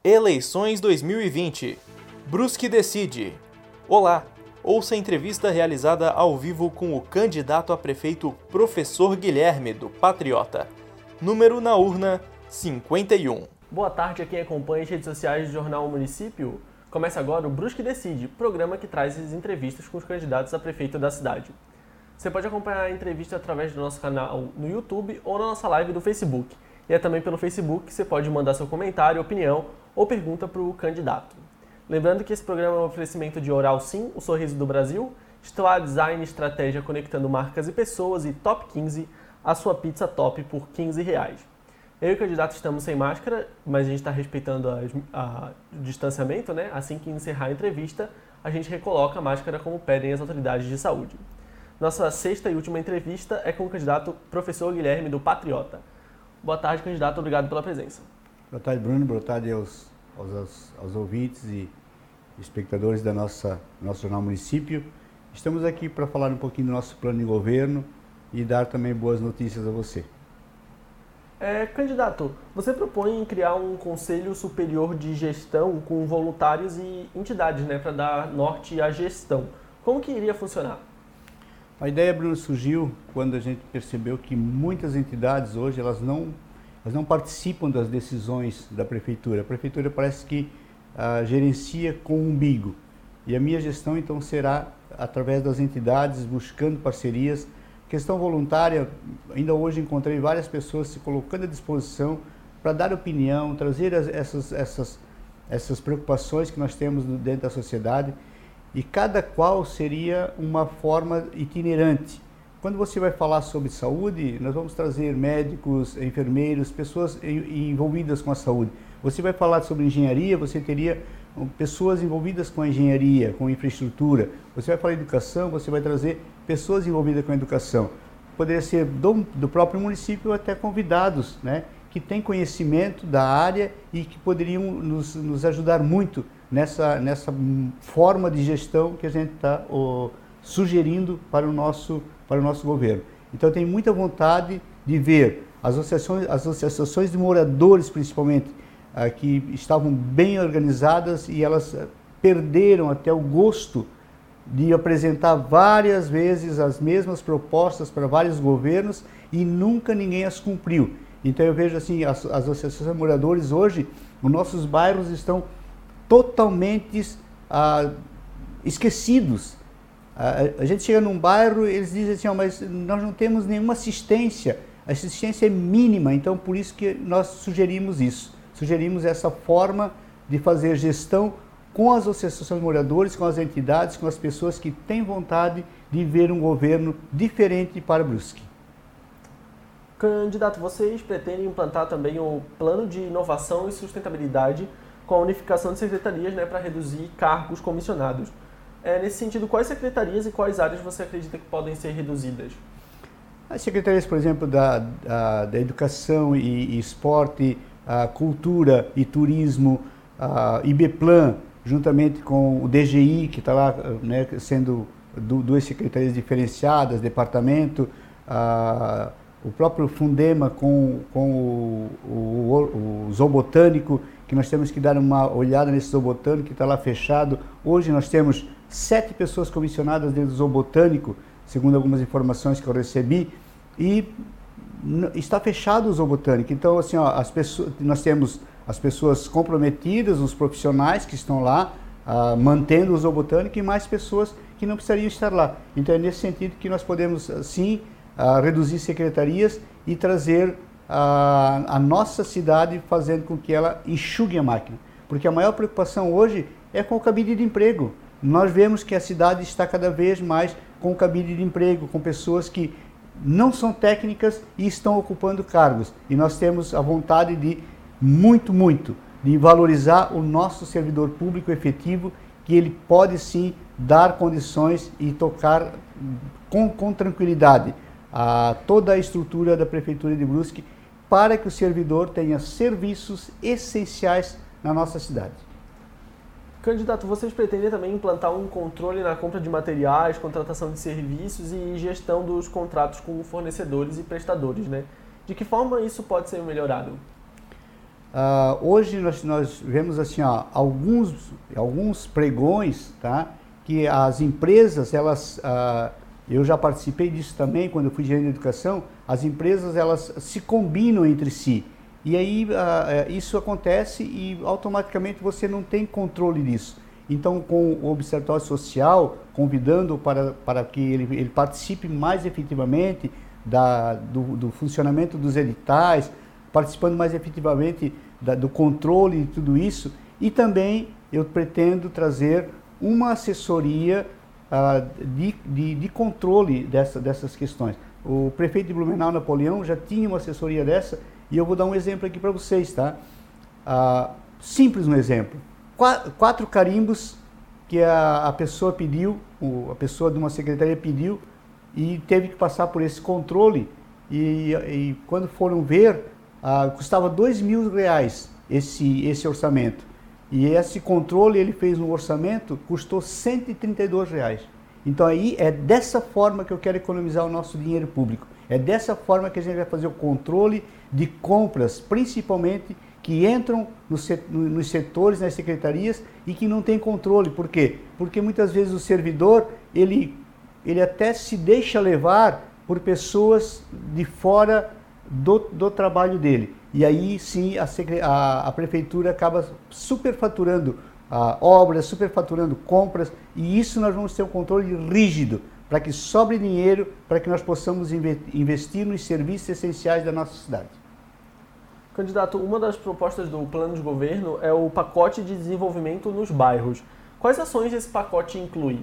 Eleições 2020. Brusque decide. Olá, ouça a entrevista realizada ao vivo com o candidato a prefeito Professor Guilherme, do Patriota. Número na urna 51. Boa tarde a quem acompanha as redes sociais do Jornal Município. Começa agora o Brusque Decide, programa que traz as entrevistas com os candidatos a prefeito da cidade. Você pode acompanhar a entrevista através do nosso canal no YouTube ou na nossa live do Facebook. E é também pelo Facebook que você pode mandar seu comentário, opinião ou pergunta para o candidato. Lembrando que esse programa é um oferecimento de Oral Sim, o sorriso do Brasil, Stoa Design e Estratégia conectando marcas e pessoas e Top 15, a sua pizza top por R$15. Eu e o candidato estamos sem máscara, mas a gente está respeitando o distanciamento, né? Assim que encerrar a entrevista, a gente recoloca a máscara como pedem as autoridades de saúde. Nossa sexta e última entrevista é com o candidato Professor Guilherme, do Patriota. Boa tarde, candidato. Obrigado pela presença. Boa tarde, Bruno. Boa tarde aos ouvintes e espectadores do nosso Jornal Município. Estamos aqui para falar um pouquinho do nosso plano de governo e dar também boas notícias a você. Candidato, você propõe criar um Conselho Superior de Gestão com voluntários e entidades, né, para dar norte à gestão. Como que iria funcionar? A ideia, Bruno, surgiu quando a gente percebeu que muitas entidades hoje elas não participam das decisões da prefeitura. A prefeitura parece que gerencia com o umbigo. E a minha gestão, então, será através das entidades, buscando parcerias. Questão voluntária, ainda hoje encontrei várias pessoas se colocando à disposição para dar opinião, trazer essas preocupações que nós temos dentro da sociedade. E cada qual seria uma forma itinerante. Quando você vai falar sobre saúde, nós vamos trazer médicos, enfermeiros, pessoas envolvidas com a saúde. Você vai falar sobre engenharia, você teria pessoas envolvidas com a engenharia, com a infraestrutura. Você vai falar de educação, você vai trazer pessoas envolvidas com a educação. Poderia ser do próprio município ou até convidados, né, que têm conhecimento da área e que poderiam nos ajudar muito nessa forma de gestão que a gente está sugerindo para o nosso governo. Então, eu tenho muita vontade de ver as associações de moradores, principalmente, que estavam bem organizadas e elas perderam até o gosto de apresentar várias vezes as mesmas propostas para vários governos e nunca ninguém as cumpriu. Então, eu vejo assim, as associações de moradores hoje, os nossos bairros estão totalmente esquecidos. A gente chega num bairro e eles dizem assim, mas nós não temos nenhuma assistência, a assistência é mínima, então por isso que nós sugerimos isso. Sugerimos essa forma de fazer gestão com as associações de moradores, com as entidades, com as pessoas que têm vontade de ver um governo diferente para Brusque. Candidato, vocês pretendem implantar também o plano de inovação e sustentabilidade com a unificação de secretarias, né, para reduzir cargos comissionados. Nesse sentido, quais secretarias e quais áreas você acredita que podem ser reduzidas? As secretarias, por exemplo, da educação e esporte, a cultura e turismo, a IBPLAN, juntamente com o DGI, que está lá, né, sendo duas secretarias diferenciadas, departamento, o próprio Fundema com o zoobotânico, que nós temos que dar uma olhada nesse zoobotânico que está lá fechado. Hoje nós temos 7 pessoas comissionadas dentro do zoobotânico, segundo algumas informações que eu recebi, e está fechado o zoobotânico. Então, assim, nós temos as pessoas comprometidas, os profissionais que estão lá, mantendo o zoobotânico, e mais pessoas que não precisariam estar lá. Então, é nesse sentido que nós podemos, sim, reduzir secretarias e trazer a nossa cidade, fazendo com que ela enxugue a máquina. Porque a maior preocupação hoje é com o cabide de emprego. Nós vemos que a cidade está cada vez mais com o cabide de emprego, com pessoas que não são técnicas e estão ocupando cargos. E nós temos a vontade de, de valorizar o nosso servidor público efetivo, que ele pode sim dar condições e tocar com tranquilidade toda a estrutura da Prefeitura de Brusque, para que o servidor tenha serviços essenciais na nossa cidade. Candidato, vocês pretendem também implantar um controle na compra de materiais, contratação de serviços e gestão dos contratos com fornecedores e prestadores, né? De que forma isso pode ser melhorado? Hoje nós vemos assim, alguns pregões, tá? Que as empresas, eu já participei disso também quando eu fui gerente de educação, as empresas elas se combinam entre si. E aí isso acontece e automaticamente você não tem controle disso. Então, com o Observatório Social, convidando para que ele participe mais efetivamente do funcionamento dos editais, participando mais efetivamente do controle de tudo isso, e também eu pretendo trazer uma assessoria de controle dessas questões. O prefeito de Blumenau, Napoleão, já tinha uma assessoria dessa, e eu vou dar um exemplo aqui para vocês, tá? Simples um exemplo. 4 carimbos que a pessoa pediu, a pessoa de uma secretaria pediu, e teve que passar por esse controle, e quando foram ver, custava R$2.000 esse orçamento. E esse controle, ele fez um orçamento, custou R$132. Então aí é dessa forma que eu quero economizar o nosso dinheiro público. É dessa forma que a gente vai fazer o controle de compras, principalmente que entram nos setores, nas secretarias e que não tem controle. Por quê? Porque muitas vezes o servidor, ele até se deixa levar por pessoas de fora do trabalho dele. E aí sim a prefeitura acaba superfaturando obras, superfaturando compras, e isso nós vamos ter um controle rígido para que sobre dinheiro, para que nós possamos investir nos serviços essenciais da nossa cidade. Candidato, uma das propostas do plano de governo é o pacote de desenvolvimento nos bairros. Quais ações esse pacote inclui?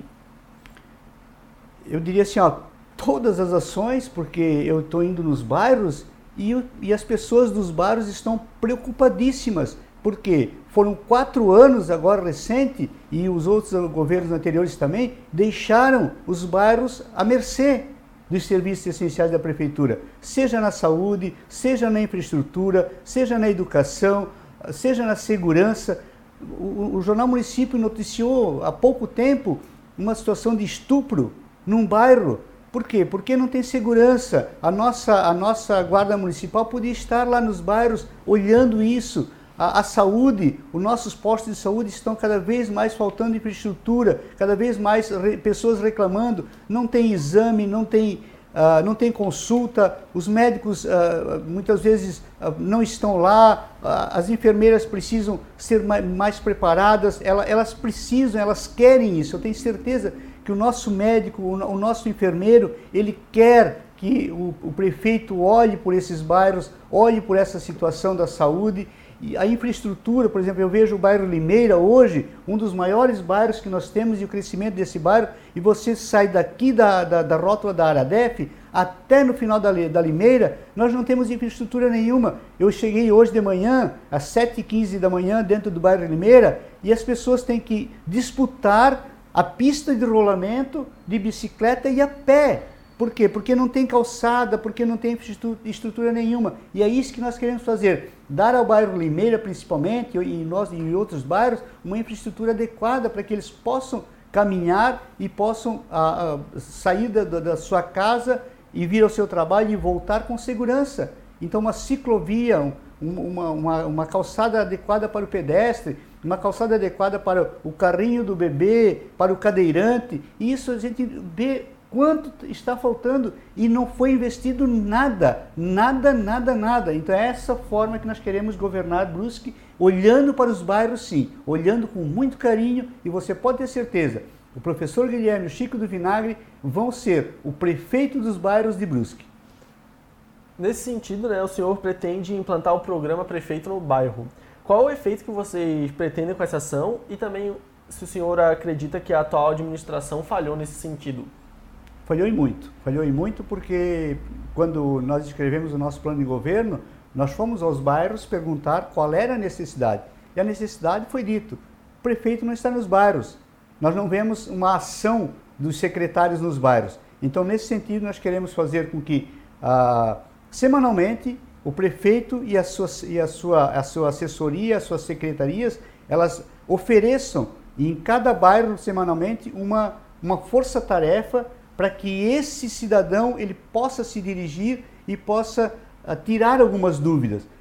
Eu diria assim, todas as ações, porque eu estou indo nos bairros e as pessoas dos bairros estão preocupadíssimas, porque foram 4 anos agora recente, e os outros governos anteriores também, deixaram os bairros à mercê dos serviços essenciais da prefeitura, seja na saúde, seja na infraestrutura, seja na educação, seja na segurança. O Jornal Município noticiou há pouco tempo uma situação de estupro num bairro. Por quê? Porque não tem segurança. A nossa guarda municipal podia estar lá nos bairros olhando isso. A saúde, os nossos postos de saúde estão cada vez mais faltando infraestrutura, cada vez mais pessoas reclamando, não tem exame, não tem consulta, os médicos muitas vezes não estão lá, as enfermeiras precisam ser mais preparadas, elas precisam, elas querem isso. Eu tenho certeza que o nosso médico, o nosso enfermeiro, ele quer que o prefeito olhe por esses bairros, olhe por essa situação da saúde. E a infraestrutura, por exemplo, eu vejo o bairro Limeira hoje, um dos maiores bairros que nós temos, e o crescimento desse bairro, e você sai daqui da rótula da Aradef até no final da Limeira, nós não temos infraestrutura nenhuma. Eu cheguei hoje de manhã, às 7h15 da manhã, dentro do bairro Limeira, e as pessoas têm que disputar a pista de rolamento de bicicleta e a pé. Por quê? Porque não tem calçada, porque não tem estrutura nenhuma. E é isso que nós queremos fazer. Dar ao bairro Limeira, principalmente, e outros bairros, uma infraestrutura adequada para que eles possam caminhar e possam sair da sua casa e vir ao seu trabalho e voltar com segurança. Então, uma ciclovia, uma calçada adequada para o pedestre, uma calçada adequada para o carrinho do bebê, para o cadeirante. Isso a gente vê quanto está faltando e não foi investido nada. Então é essa forma que nós queremos governar Brusque, olhando para os bairros sim, olhando com muito carinho, e você pode ter certeza, o professor Guilherme e o Chico do Vinagre vão ser o prefeito dos bairros de Brusque. Nesse sentido, o senhor pretende implantar o programa Prefeito no Bairro. Qual o efeito que vocês pretendem com essa ação e também se o senhor acredita que a atual administração falhou nesse sentido? Falhou e muito porque quando nós escrevemos o nosso plano de governo, nós fomos aos bairros perguntar qual era a necessidade. E a necessidade foi dito, o prefeito não está nos bairros, nós não vemos uma ação dos secretários nos bairros. Então, nesse sentido, nós queremos fazer com que, semanalmente, o prefeito e a sua assessoria, as suas secretarias, elas ofereçam em cada bairro, semanalmente, uma força-tarefa para que esse cidadão ele possa se dirigir e possa tirar algumas dúvidas.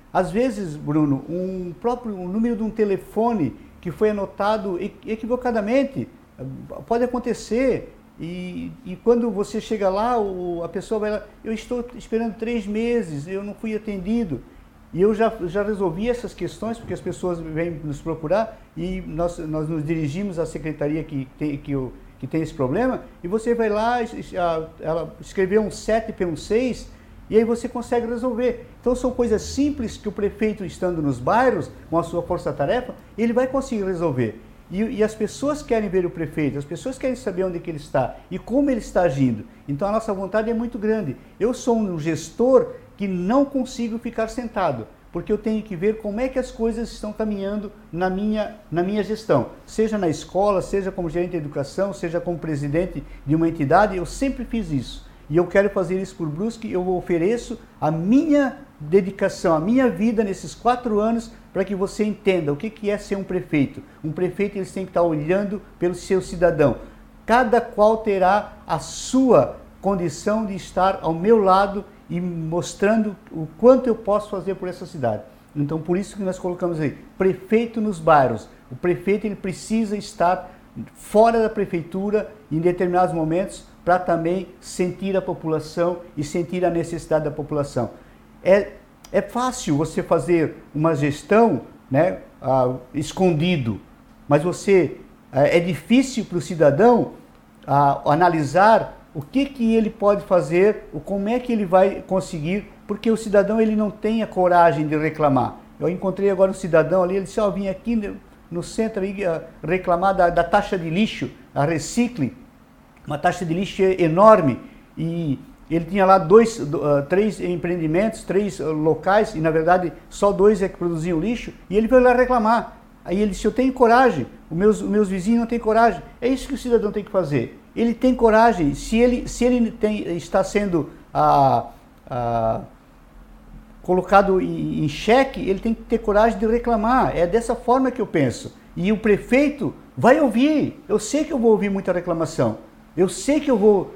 Às vezes, Bruno, um número de um telefone que foi anotado equivocadamente, pode acontecer. E quando você chega lá, a pessoa vai lá, eu estou esperando 3 meses, eu não fui atendido. E eu já resolvi essas questões, porque as pessoas vêm nos procurar e nós nos dirigimos à secretaria que tem esse problema, e você vai lá, ela escreveu um 7 para um 6, e aí você consegue resolver. Então são coisas simples que o prefeito, estando nos bairros, com a sua força-tarefa, ele vai conseguir resolver. E as pessoas querem ver o prefeito, as pessoas querem saber onde que ele está e como ele está agindo. Então a nossa vontade é muito grande. Eu sou um gestor que não consigo ficar sentado, porque eu tenho que ver como é que as coisas estão caminhando na minha gestão. Seja na escola, seja como gerente de educação, seja como presidente de uma entidade, eu sempre fiz isso. E eu quero fazer isso por Brusque, eu ofereço a minha dedicação, a minha vida nesses 4 anos para que você entenda o que é ser um prefeito. Um prefeito, ele tem que estar olhando pelo seu cidadão. Cada qual terá a sua condição de estar ao meu lado e mostrando o quanto eu posso fazer por essa cidade. Então, por isso que nós colocamos aí, prefeito nos bairros. O prefeito, ele precisa estar fora da prefeitura em determinados momentos para também sentir a população e sentir a necessidade da população. É fácil você fazer uma gestão, né, escondido, mas é difícil para o cidadão analisar o que ele pode fazer, como é que ele vai conseguir, porque o cidadão, ele não tem a coragem de reclamar. Eu encontrei agora um cidadão ali, ele disse, vim aqui no centro aí, reclamar da taxa de lixo, a Recicle, uma taxa de lixo enorme, e ele tinha lá 3 empreendimentos, 3 locais, e na verdade só 2 é que produziam lixo, e ele veio lá reclamar. Aí ele disse, eu tenho coragem, os meus vizinhos não têm coragem. É isso que o cidadão tem que fazer. Ele tem coragem, se ele está sendo colocado em xeque, ele tem que ter coragem de reclamar. É dessa forma que eu penso. E o prefeito vai ouvir. Eu sei que eu vou ouvir muita reclamação. Eu sei que eu vou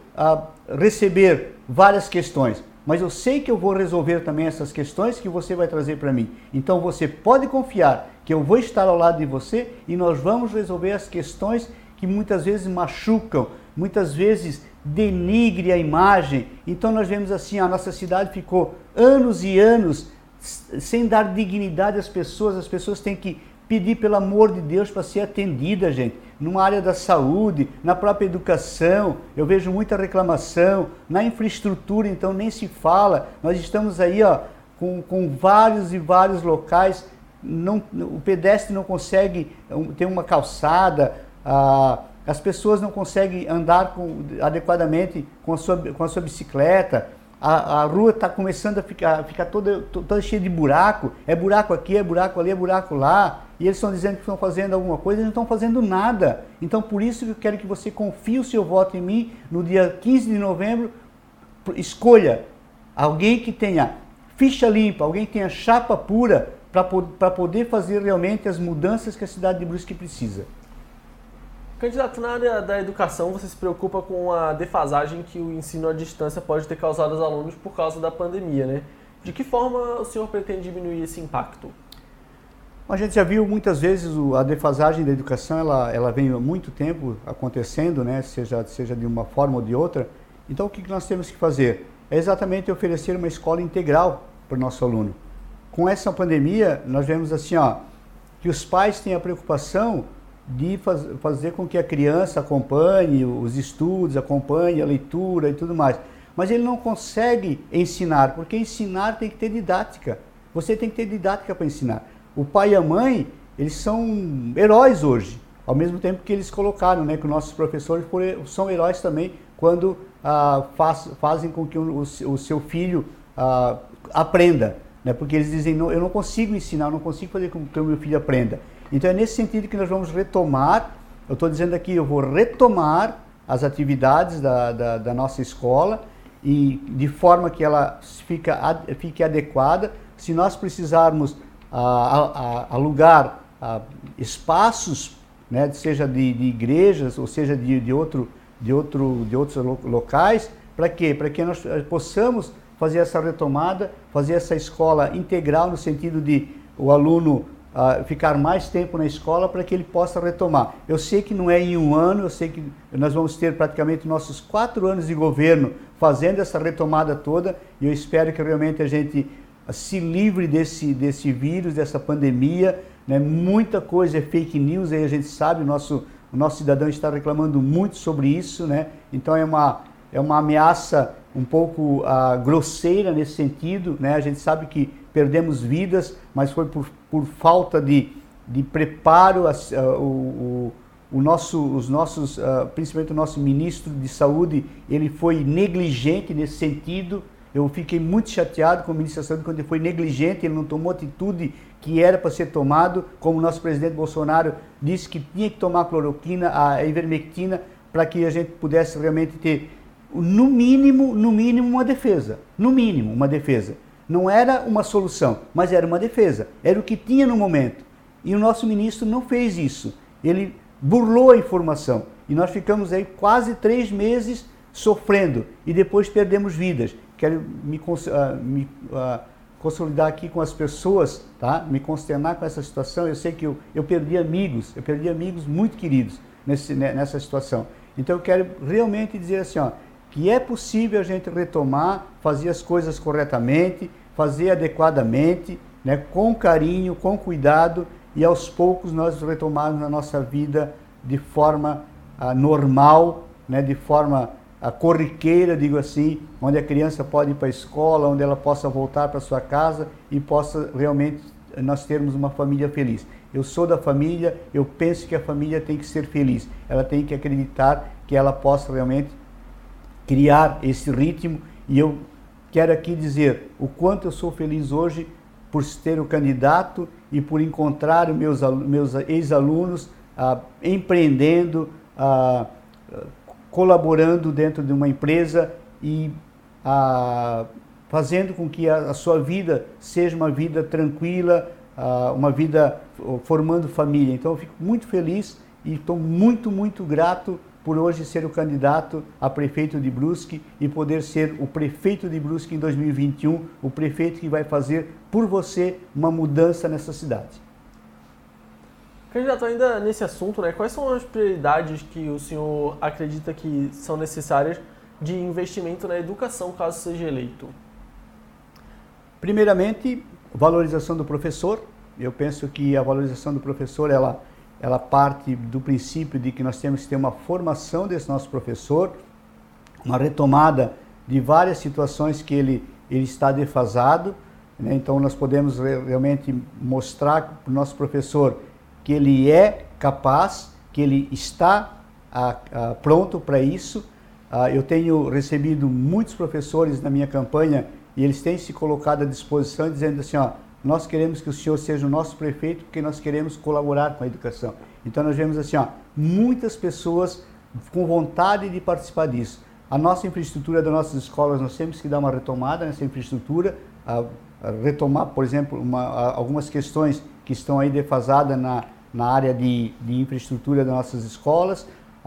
receber várias questões. Mas eu sei que eu vou resolver também essas questões que você vai trazer para mim. Então você pode confiar que eu vou estar ao lado de você e nós vamos resolver as questões que muitas vezes machucam, muitas vezes denigre a imagem. Então nós vemos assim, a nossa cidade ficou anos e anos sem dar dignidade às pessoas. As pessoas têm que pedir pelo amor de Deus para ser atendida, gente. Numa área da saúde, na própria educação, eu vejo muita reclamação. Na infraestrutura, então, nem se fala. Nós estamos aí com vários e vários locais. O pedestre não consegue ter uma calçada, as pessoas não conseguem andar adequadamente com a sua bicicleta. A rua está começando a ficar toda cheia de buraco. É buraco aqui, é buraco ali, é buraco lá. E eles estão dizendo que estão fazendo alguma coisa, eles não estão fazendo nada. Então, por isso que eu quero que você confie o seu voto em mim. No dia 15 de novembro, escolha alguém que tenha ficha limpa, alguém que tenha chapa pura para poder fazer realmente as mudanças que a cidade de Brusque precisa. Candidato, na área da educação, você se preocupa com a defasagem que o ensino à distância pode ter causado aos alunos por causa da pandemia, né? De que forma o senhor pretende diminuir esse impacto? A gente já viu muitas vezes a defasagem da educação, ela vem há muito tempo acontecendo, né? Seja de uma forma ou de outra. Então o que nós temos que fazer? É exatamente oferecer uma escola integral para o nosso aluno. Com essa pandemia, nós vemos assim, que os pais têm a preocupação de fazer com que a criança acompanhe os estudos, acompanhe a leitura e tudo mais. Mas ele não consegue ensinar, porque ensinar tem que ter didática. Você tem que ter didática para ensinar. O pai e a mãe, eles são heróis hoje, ao mesmo tempo que eles colocaram, né, que os nossos professores são heróis também quando fazem com que o seu filho aprenda, né, porque eles dizem, eu não consigo ensinar, eu não consigo fazer com que o meu filho aprenda. Então é nesse sentido que nós vamos retomar, eu estou dizendo aqui, eu vou retomar as atividades da nossa escola e de forma que ela fique adequada. Se nós precisarmos alugar espaços, né, seja de igrejas ou seja de outros locais, para quê? Para que nós possamos fazer essa retomada, fazer essa escola integral no sentido de o aluno ficar mais tempo na escola para que ele possa retomar. Eu sei que não é em um ano, eu sei que nós vamos ter praticamente nossos 4 anos de governo fazendo essa retomada toda, e eu espero que realmente a gente se livre desse vírus, dessa pandemia, né? Muita coisa é fake news, aí a gente sabe, o nosso cidadão está reclamando muito sobre isso, né? Então é uma ameaça um pouco grosseira nesse sentido, né? A gente sabe que perdemos vidas, mas foi por falta de preparo. Principalmente o nosso ministro de saúde, ele foi negligente nesse sentido. Eu fiquei muito chateado com o ministro da saúde quando ele foi negligente, ele não tomou atitude que era para ser tomado, como o nosso presidente Bolsonaro disse que tinha que tomar a cloroquina, a ivermectina, para que a gente pudesse realmente ter, no mínimo uma defesa. No mínimo, uma defesa. Não era uma solução, mas era uma defesa. Era o que tinha no momento. E o nosso ministro não fez isso. Ele burlou a informação. E nós ficamos aí quase 3 meses sofrendo. E depois perdemos vidas. Quero me consolidar aqui com as pessoas, tá? Me consternar com essa situação. Eu sei que eu perdi amigos muito queridos nessa situação. Então eu quero realmente dizer assim, que é possível a gente retomar, fazer as coisas corretamente, fazer adequadamente, né, com carinho, com cuidado, e aos poucos nós retomarmos a nossa vida de forma normal, né, de forma corriqueira, digo assim, onde a criança pode ir para a escola, onde ela possa voltar para sua casa e possa realmente nós termos uma família feliz. Eu sou da família, eu penso que a família tem que ser feliz, ela tem que acreditar que ela possa realmente criar esse ritmo, e eu quero aqui dizer o quanto eu sou feliz hoje por ter o candidato e por encontrar meus ex-alunos empreendendo, colaborando dentro de uma empresa e fazendo com que a sua vida seja uma vida tranquila, uma vida formando família. Então eu fico muito feliz e estou muito, muito grato por hoje ser o candidato a prefeito de Brusque e poder ser o prefeito de Brusque em 2021, o prefeito que vai fazer por você uma mudança nessa cidade. Candidato, ainda nesse assunto, né, quais são as prioridades que o senhor acredita que são necessárias de investimento na educação caso seja eleito? Primeiramente, valorização do professor. Eu penso que a valorização do professor, ela parte do princípio de que nós temos que ter uma formação desse nosso professor, uma retomada de várias situações que ele está defasado, né? Então nós podemos realmente mostrar para o nosso professor que ele é capaz, que ele está pronto para isso. Eu tenho recebido muitos professores na minha campanha e eles têm se colocado à disposição dizendo assim, nós queremos que o senhor seja o nosso prefeito porque nós queremos colaborar com a educação. Então nós vemos assim, muitas pessoas com vontade de participar disso. A nossa infraestrutura das nossas escolas, nós temos que dar uma retomada nessa infraestrutura, retomar, por exemplo, algumas questões que estão aí defasadas na área de infraestrutura das nossas escolas,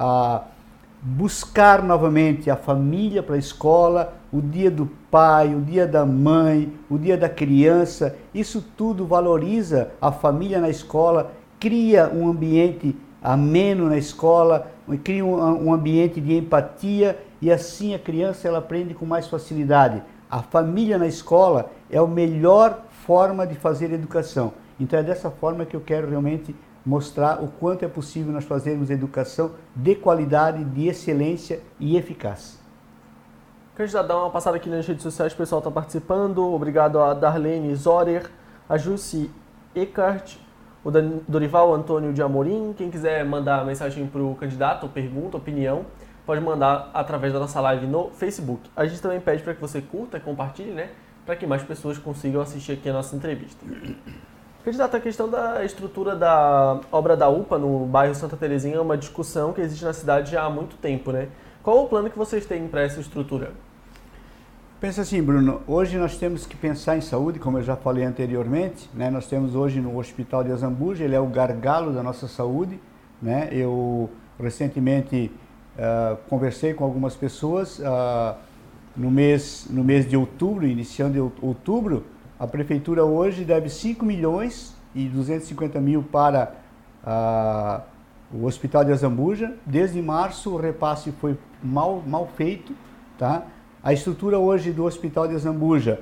buscar novamente a família para a escola, o dia do pai, o dia da mãe, o dia da criança, isso tudo valoriza a família na escola, cria um ambiente ameno na escola, cria um ambiente de empatia e assim a criança ela aprende com mais facilidade. A família na escola é a melhor forma de fazer educação. Então é dessa forma que eu quero realmente mostrar o quanto é possível nós fazermos educação de qualidade, de excelência e eficaz. Candidato, dá uma passada aqui nas redes sociais, o pessoal está participando. Obrigado a Darlene Zorer, a Jussi Eckart, o Dorival Antônio de Amorim. Quem quiser mandar mensagem para o candidato, pergunta, opinião, pode mandar através da nossa live no Facebook. A gente também pede para que você curta e compartilhe, né, para que mais pessoas consigam assistir aqui a nossa entrevista. Candidato, a questão da estrutura da obra da UPA no bairro Santa Terezinha é uma discussão que existe na cidade já há muito tempo, né? Qual o plano que vocês têm para essa estrutura? Pensa assim, Bruno, hoje nós temos que pensar em saúde, como eu já falei anteriormente, né? Nós temos hoje no Hospital de Azambuja, ele é o gargalo da nossa saúde, né? Eu recentemente conversei com algumas pessoas no mês de outubro, iniciando outubro, a Prefeitura hoje deve 5.250.000 para o Hospital de Azambuja. Desde março o repasse foi mal feito, tá? A estrutura hoje do Hospital de Azambuja,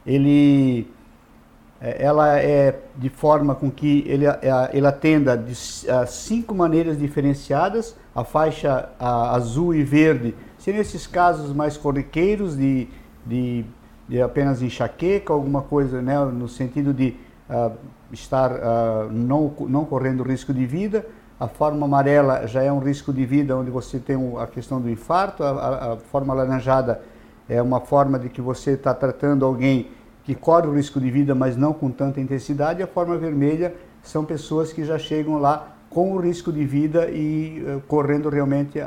ela é de forma com que ele atenda de 5 maneiras diferenciadas. A faixa azul e verde seriam esses casos mais corriqueiros de apenas enxaqueca, alguma coisa, né, no sentido de estar não correndo risco de vida. A forma amarela já é um risco de vida, onde você tem a questão do infarto. A forma alaranjada é uma forma de que você está tratando alguém que corre o risco de vida, mas não com tanta intensidade. A forma vermelha são pessoas que já chegam lá com o risco de vida e correndo realmente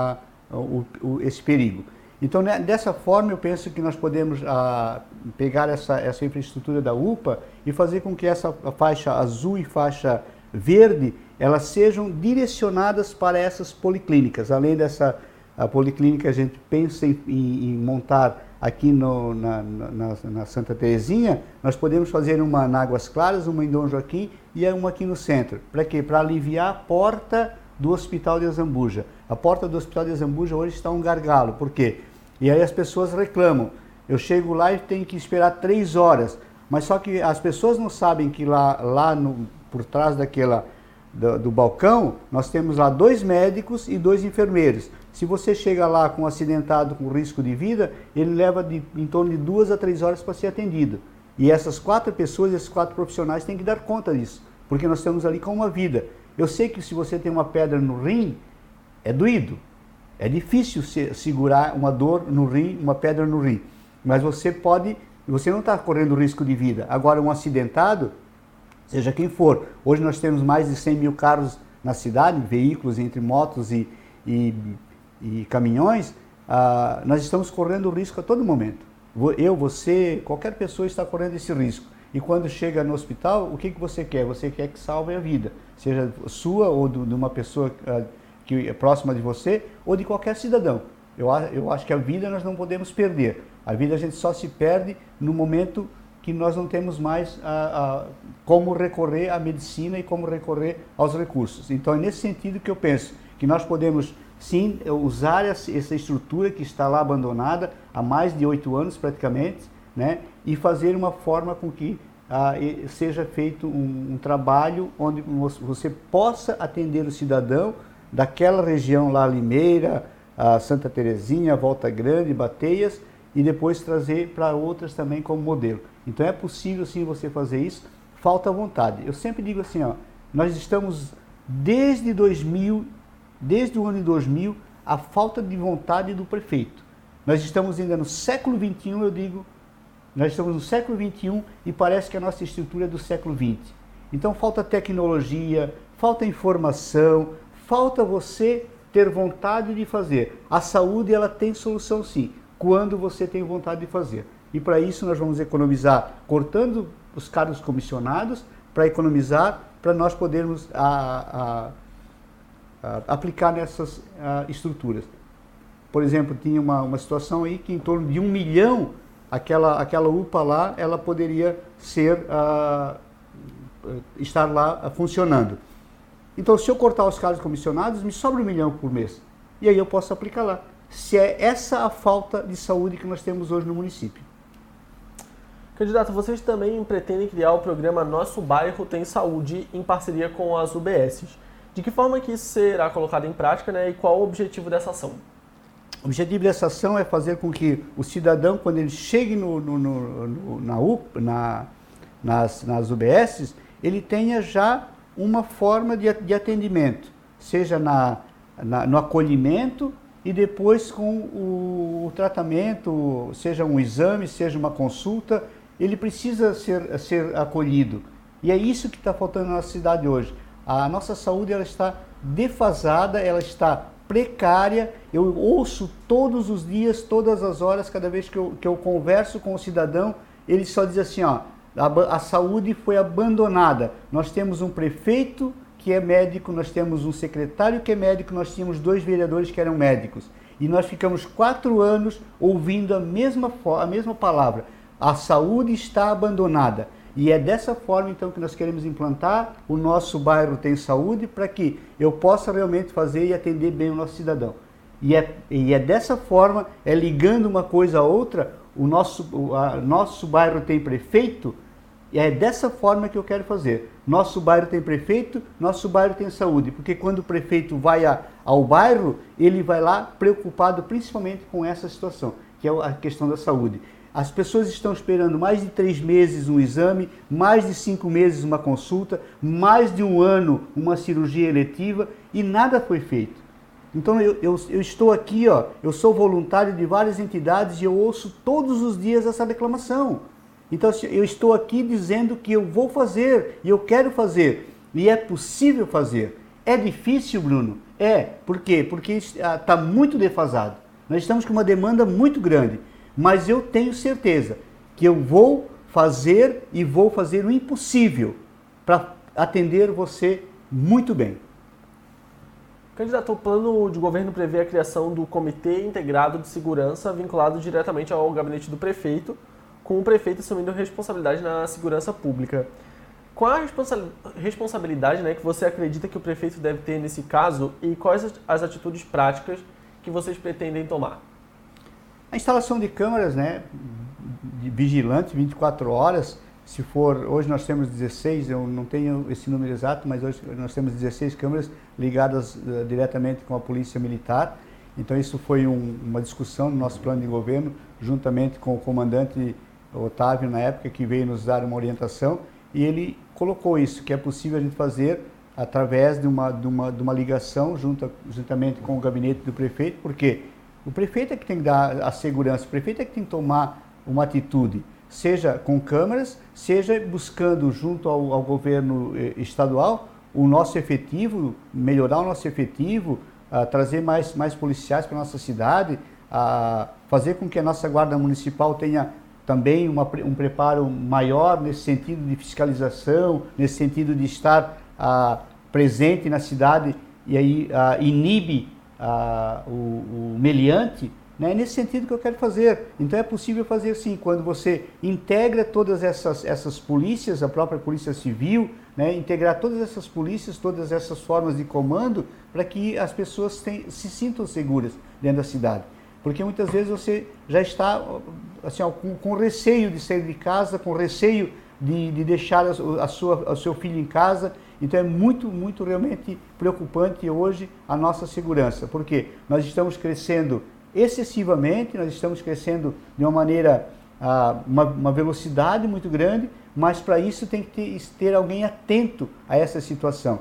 esse perigo. Então, né, dessa forma, eu penso que nós podemos pegar essa infraestrutura da UPA e fazer com que essa faixa azul e faixa verde, elas sejam direcionadas para essas policlínicas. Além dessa policlínica, a gente pensa em montar aqui na Santa Terezinha. Nós podemos fazer uma na Águas Claras, uma em Dom Joaquim e uma aqui no centro. Para quê? Para aliviar a porta do Hospital de Azambuja. A porta do Hospital de Azambuja hoje está um gargalo. Por quê? E aí as pessoas reclamam. Eu chego lá e tenho que esperar 3 horas. Mas só que as pessoas não sabem que por trás do balcão, nós temos lá 2 médicos e 2 enfermeiros. Se você chega lá com um acidentado com risco de vida, ele leva em torno de 2 a 3 horas para ser atendido. E essas 4 pessoas, esses 4 profissionais têm que dar conta disso, porque nós estamos ali com uma vida. Eu sei que se você tem uma pedra no rim, é doído. É difícil segurar uma dor no rim, uma pedra no rim. Mas você não está correndo risco de vida. Agora, um acidentado, seja quem for. Hoje nós temos mais de 100 mil carros na cidade, veículos entre motos e caminhões. Nós estamos correndo risco a todo momento. Eu, você, qualquer pessoa está correndo esse risco. E quando chega no hospital, o que você quer? Você quer que salve a vida, seja sua ou de uma pessoa que é próxima de você ou de qualquer cidadão. Eu acho que a vida nós não podemos perder. A vida a gente só se perde no momento que nós não temos mais como recorrer à medicina e como recorrer aos recursos. Então é nesse sentido que eu penso que nós podemos sim usar essa estrutura que está lá abandonada há mais de 8 anos praticamente, né, e fazer uma forma com que seja feito um trabalho onde você possa atender o cidadão daquela região lá, Limeira, Santa Terezinha, Volta Grande, Bateias, e depois trazer para outras também como modelo. Então é possível sim você fazer isso, falta vontade. Eu sempre digo assim, nós estamos desde o ano de 2000, a falta de vontade do prefeito. Nós estamos ainda no século XXI, eu digo, nós estamos no século XXI e parece que a nossa estrutura é do século XX. Então falta tecnologia, falta informação, falta você ter vontade de fazer. A saúde, ela tem solução sim, quando você tem vontade de fazer. E para isso nós vamos economizar, cortando os cargos comissionados, para economizar, para nós podermos aplicar nessas estruturas. Por exemplo, tinha uma situação aí que em torno de 1 milhão, aquela UPA lá, ela poderia estar lá funcionando. Então, se eu cortar os cargos comissionados, me sobra 1 milhão por mês. E aí eu posso aplicar lá. Se é essa a falta de saúde que nós temos hoje no município. Candidato, vocês também pretendem criar o programa Nosso Bairro Tem Saúde em parceria com as UBSs. De que forma que isso será colocado em prática, né, e qual o objetivo dessa ação? O objetivo dessa ação é fazer com que o cidadão, quando ele chegue nas UBSs, ele tenha já uma forma de atendimento, seja no acolhimento e depois com o tratamento, seja um exame, seja uma consulta, ele precisa ser acolhido. E é isso que está faltando na nossa cidade hoje. A nossa saúde, ela está defasada, ela está precária. Eu ouço todos os dias, todas as horas, cada vez que eu converso com o cidadão, ele só diz assim, a saúde foi abandonada. Nós temos um prefeito que é médico, nós temos um secretário que é médico, nós tínhamos 2 vereadores que eram médicos. E nós ficamos 4 anos ouvindo a mesma palavra. A saúde está abandonada. E é dessa forma, então, que nós queremos implantar o nosso bairro Tem Saúde para que eu possa realmente fazer e atender bem o nosso cidadão. E é dessa forma, ligando uma coisa a outra, o nosso bairro tem prefeito, e é dessa forma que eu quero fazer. Nosso bairro tem prefeito, nosso bairro tem saúde. Porque quando o prefeito vai ao bairro, ele vai lá preocupado principalmente com essa situação, que é a questão da saúde. As pessoas estão esperando mais de 3 meses um exame, mais de 5 meses uma consulta, mais de 1 ano uma cirurgia eletiva e nada foi feito. Então eu estou aqui, eu sou voluntário de várias entidades e eu ouço todos os dias essa reclamação. Então eu estou aqui dizendo que eu vou fazer e eu quero fazer e é possível fazer. É difícil, Bruno? É. Por quê? Porque está muito defasado. Nós estamos com uma demanda muito grande. Mas eu tenho certeza que eu vou fazer e vou fazer o impossível para atender você muito bem. Candidato, o plano de governo prevê a criação do Comitê Integrado de Segurança vinculado diretamente ao gabinete do prefeito, com o prefeito assumindo responsabilidade na segurança pública. Qual a responsabilidade, que você acredita que o prefeito deve ter nesse caso e quais as atitudes práticas que vocês pretendem tomar? A instalação de câmeras, de vigilantes 24 horas, se for, hoje nós temos 16, eu não tenho esse número exato, mas hoje nós temos 16 câmeras ligadas diretamente com a Polícia Militar. Então isso foi uma discussão no nosso plano de governo, juntamente com o comandante Otávio, na época, que veio nos dar uma orientação, e ele colocou isso, que é possível a gente fazer através de uma ligação juntamente com o gabinete do prefeito, porque o prefeito é que tem que dar a segurança, o prefeito é que tem que tomar uma atitude, seja com câmeras, seja buscando junto ao governo estadual o nosso efetivo, melhorar o nosso efetivo, trazer mais policiais para a nossa cidade, fazer com que a nossa guarda municipal tenha também um preparo maior nesse sentido de fiscalização, nesse sentido de estar presente na cidade e aí inibe o meliante, nesse sentido que eu quero fazer. Então é possível fazer sim, quando você integra todas essas polícias, a própria Polícia Civil, integrar todas essas polícias, todas essas formas de comando, para que as pessoas se sintam seguras dentro da cidade. Porque muitas vezes você já está assim, com receio de sair de casa, com receio de deixar o seu filho em casa. Então é muito, muito realmente preocupante hoje a nossa segurança, porque nós estamos crescendo excessivamente, nós estamos crescendo de uma maneira, uma velocidade muito grande, mas para isso tem que ter alguém atento a essa situação.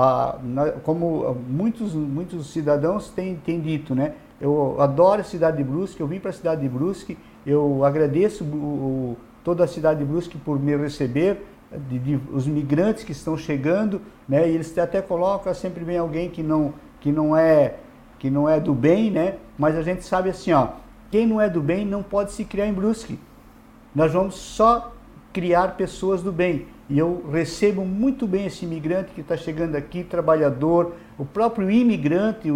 Como muitos cidadãos têm dito, eu adoro a cidade de Brusque, eu vim para a cidade de Brusque, eu agradeço toda a cidade de Brusque por me receber, os migrantes que estão chegando, e eles até colocam, sempre vem alguém que não é do bem, mas a gente sabe assim, quem não é do bem não pode se criar em Brusque. Nós vamos só criar pessoas do bem. E eu recebo muito bem esse imigrante que está chegando aqui, trabalhador, o próprio imigrante,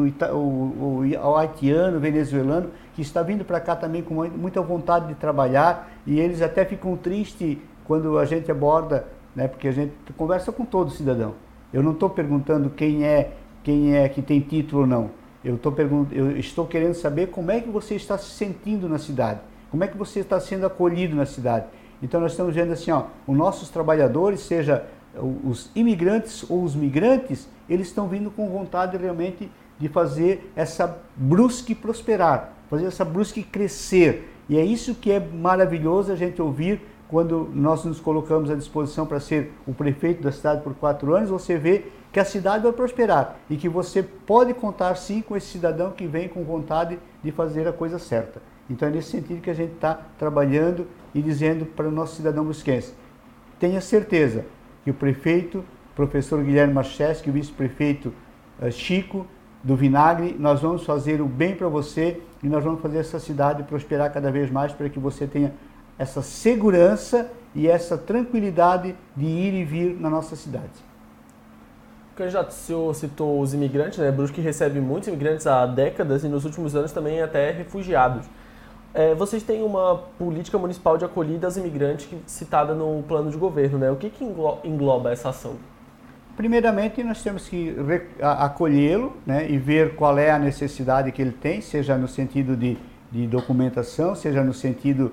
o haitiano, o venezuelano, que está vindo para cá também com muita vontade de trabalhar, e eles até ficam tristes quando a gente aborda, porque a gente conversa com todo cidadão. Eu não estou perguntando quem é que tem título ou não. Eu estou querendo saber como é que você está se sentindo na cidade, como é que você está sendo acolhido na cidade. Então nós estamos vendo assim, os nossos trabalhadores, seja os imigrantes ou os migrantes, eles estão vindo com vontade realmente de fazer essa Brusque prosperar, fazer essa Brusque crescer. E é isso que é maravilhoso a gente ouvir quando nós nos colocamos à disposição para ser o prefeito da cidade por 4 anos, você vê que a cidade vai prosperar e que você pode contar sim com esse cidadão que vem com vontade de fazer a coisa certa. Então é nesse sentido que a gente está trabalhando e dizendo para o nosso cidadão brusquense, tenha certeza que o prefeito, professor Guilherme Marcheski, o vice-prefeito Chico do Vinagre, nós vamos fazer o bem para você e nós vamos fazer essa cidade prosperar cada vez mais para que você tenha essa segurança e essa tranquilidade de ir e vir na nossa cidade. Candidato, o senhor citou os imigrantes, né? Brusque recebe muitos imigrantes há décadas e nos últimos anos também até refugiados. Vocês têm uma política municipal de acolhida aos imigrantes citada no plano de governo, né? O que engloba essa ação? Primeiramente, nós temos que acolhê-lo, né, e ver qual é a necessidade que ele tem, seja no sentido de documentação, seja no sentido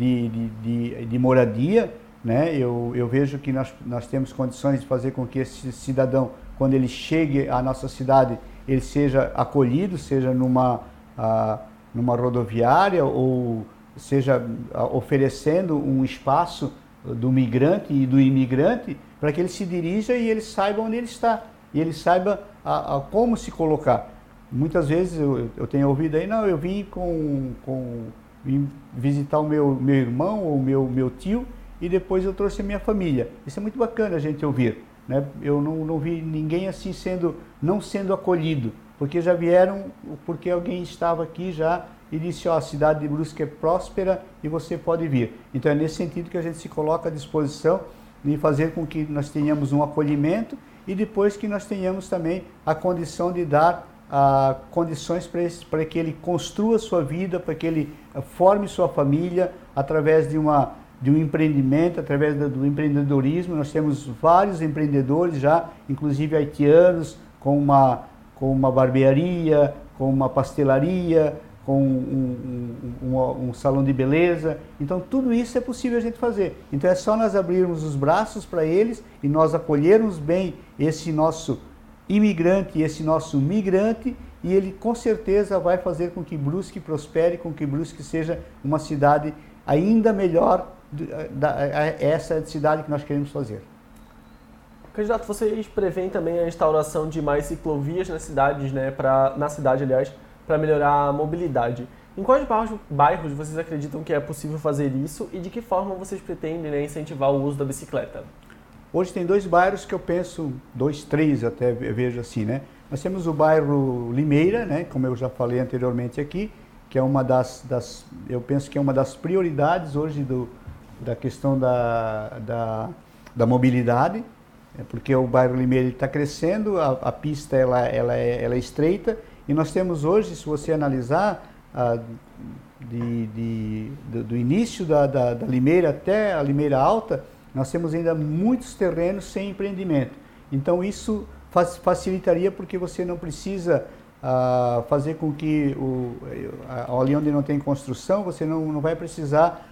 de moradia, né? Eu vejo que nós temos condições de fazer com que esse cidadão, quando ele chegue à nossa cidade, ele seja acolhido, seja numa rodoviária ou seja oferecendo um espaço do migrante e do imigrante para que ele se dirija e ele saiba onde ele está e ele saiba como se colocar. Muitas vezes eu tenho ouvido aí, não, eu vim vim visitar o meu irmão ou meu tio e depois eu trouxe a minha família. Isso é muito bacana a gente ouvir, né? Eu não vi ninguém assim não sendo acolhido, porque já vieram, porque alguém estava aqui já e disse, ó, a cidade de Brusque é próspera e você pode vir. Então é nesse sentido que a gente se coloca à disposição de fazer com que nós tenhamos um acolhimento e depois que nós tenhamos também a condição de dar condições para que ele construa sua vida, para que ele forme sua família através de um empreendimento, através do empreendedorismo. Nós temos vários empreendedores já, inclusive haitianos, com uma barbearia, com uma pastelaria, com um salão de beleza. Então tudo isso é possível a gente fazer. Então é só nós abrirmos os braços para eles e nós acolhermos bem esse nosso imigrante e esse nosso migrante, e ele com certeza vai fazer com que Brusque prospere, com que Brusque seja uma cidade ainda melhor, essa cidade que nós queremos fazer. Candidato, vocês prevêem também a instauração de mais ciclovias nas cidades, né, na cidade, aliás, para melhorar a mobilidade. Em quais bairros vocês acreditam que é possível fazer isso e de que forma vocês pretendem, né, incentivar o uso da bicicleta? Hoje tem 2 bairros que eu penso, 2, 3 até vejo assim, né? Nós temos o bairro Limeira, né, como eu já falei anteriormente aqui, que é uma eu penso que é uma das prioridades hoje da questão da mobilidade, porque o bairro Limeira está crescendo, a pista ela é estreita, e nós temos hoje, se você analisar, do início da Limeira até a Limeira Alta, nós temos ainda muitos terrenos sem empreendimento. Então isso facilitaria, porque você não precisa fazer com que ali onde não tem construção, você não vai precisar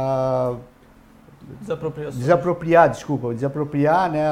desapropriar, né,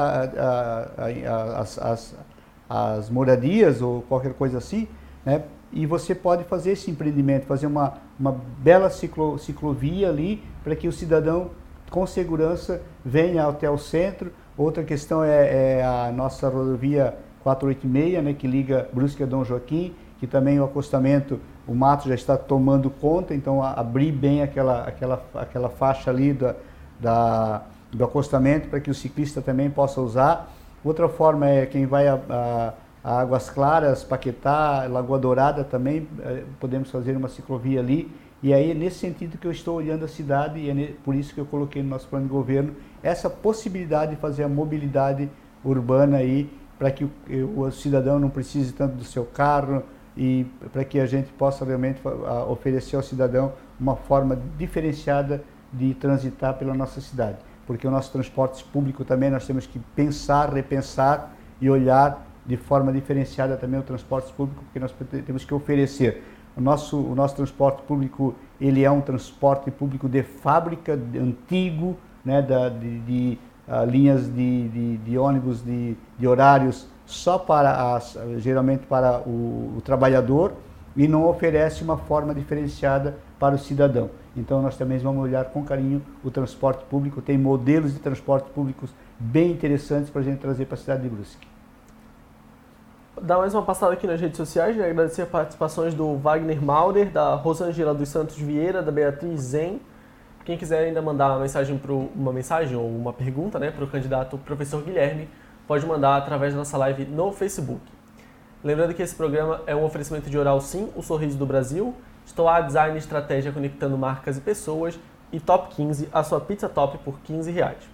as moradias ou qualquer coisa assim, né? E você pode fazer esse empreendimento, fazer uma bela ciclovia ali para que o cidadão com segurança venha até o centro. Outra questão é a nossa rodovia 486, né, que liga Brusque a Dom Joaquim, que também o acostamento, o mato já está tomando conta, então abrir bem aquela faixa ali do acostamento para que o ciclista também possa usar. Outra forma é quem vai a Águas Claras, Paquetá, Lagoa Dourada também, podemos fazer uma ciclovia ali. E aí é nesse sentido que eu estou olhando a cidade, e é por isso que eu coloquei no nosso plano de governo essa possibilidade de fazer a mobilidade urbana aí, para que o cidadão não precise tanto do seu carro e para que a gente possa realmente oferecer ao cidadão uma forma diferenciada de transitar pela nossa cidade. Porque o nosso transporte público também nós temos que pensar, repensar e olhar de forma diferenciada também o transporte público, porque nós temos que oferecer. O nosso transporte público, ele é um transporte público de fábrica, antigo, né, de linhas de ônibus de horários só geralmente para o trabalhador, e não oferece uma forma diferenciada para o cidadão. Então nós também vamos olhar com carinho o transporte público, tem modelos de transporte públicos bem interessantes para a gente trazer para a cidade de Brusque. Dar mais uma passada aqui nas redes sociais, né? Agradecer as participações do Wagner Maurer, da Rosângela dos Santos Vieira, da Beatriz Zen. Quem quiser ainda mandar uma mensagem ou uma pergunta, né, para o candidato professor Guilherme, pode mandar através da nossa live no Facebook. Lembrando que esse programa é um oferecimento de Oral Sim, o sorriso do Brasil, Stoa Design e Estratégia conectando marcas e pessoas, e Top 15, a sua pizza top por R$15.